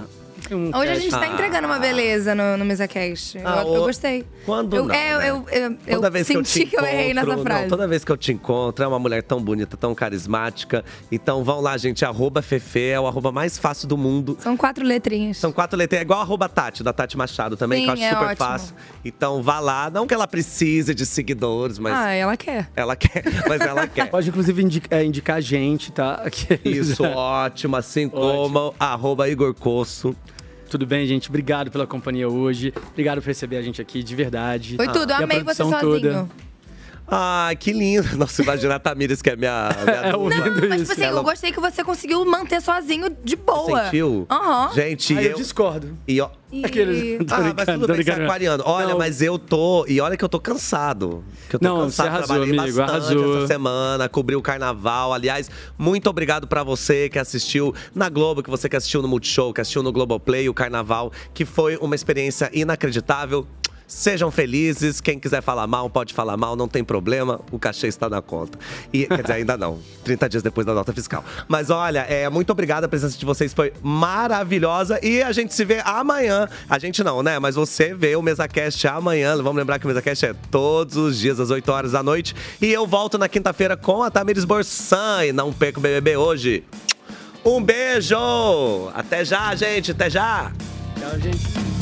um Hoje a cast. gente tá Ah. entregando uma beleza no, no MesaCast. Ah, eu, eu o- gostei. Quando eu, não, é, eu, né? eu, eu, eu Toda vez que eu te senti que eu errei nessa encontro- frase. Não, toda vez que eu te encontro, é uma mulher tão bonita, tão carismática. Então vão lá, gente, arroba Fefe, é o arroba mais fácil do mundo. São quatro letrinhas. São quatro letras, é igual arroba Tati, da Tati Machado também, Sim, que eu acho é super ótimo. fácil. Então vá lá, não que ela precise de seguidores, mas Ah, ela quer. ela quer, mas ela quer. Pode, inclusive, indicar, indicar a gente, tá? Isso, ótimo, assim como arroba Igor Cosso. Tudo bem, gente? Obrigado pela companhia hoje. Obrigado por receber a gente aqui, de verdade. Foi tudo, eu E a amei você produção sozinho. toda. Ai, que lindo. Nossa, imagina a Tamires, que é minha, minha É, dupla. ouvindo Mas, isso. tipo assim, Ela- eu gostei que você conseguiu manter sozinho de boa. Sentiu? Aham. Gente, Ah, eu eu... discordo. E, ó... Aqueles- Tô Ah, mas brincando, tudo tô bem, você é brincando. aquariano. Olha, Não. mas eu tô... E olha que eu tô cansado. Que eu tô Não, cansado, você arrasou, trabalhei amigo, bastante arrasou. essa semana, cobri o carnaval. Aliás, muito obrigado pra você que assistiu na Globo, que você que assistiu no Multishow, que assistiu no Globoplay, o carnaval, que foi uma experiência inacreditável. Sejam felizes, quem quiser falar mal, pode falar mal, não tem problema, o cachê está na conta. E, quer dizer, ainda não, trinta dias depois da nota fiscal. Mas olha, é, muito obrigado, a presença de vocês foi maravilhosa e a gente se vê amanhã. A gente não, né? Mas você vê o MesaCast amanhã. Vamos lembrar que o MesaCast é todos os dias, às oito horas da noite. E eu volto na quinta-feira com a Tamires Borsan e não perca o B B B hoje. Um beijo! Até já, gente, até já! Tchau, gente.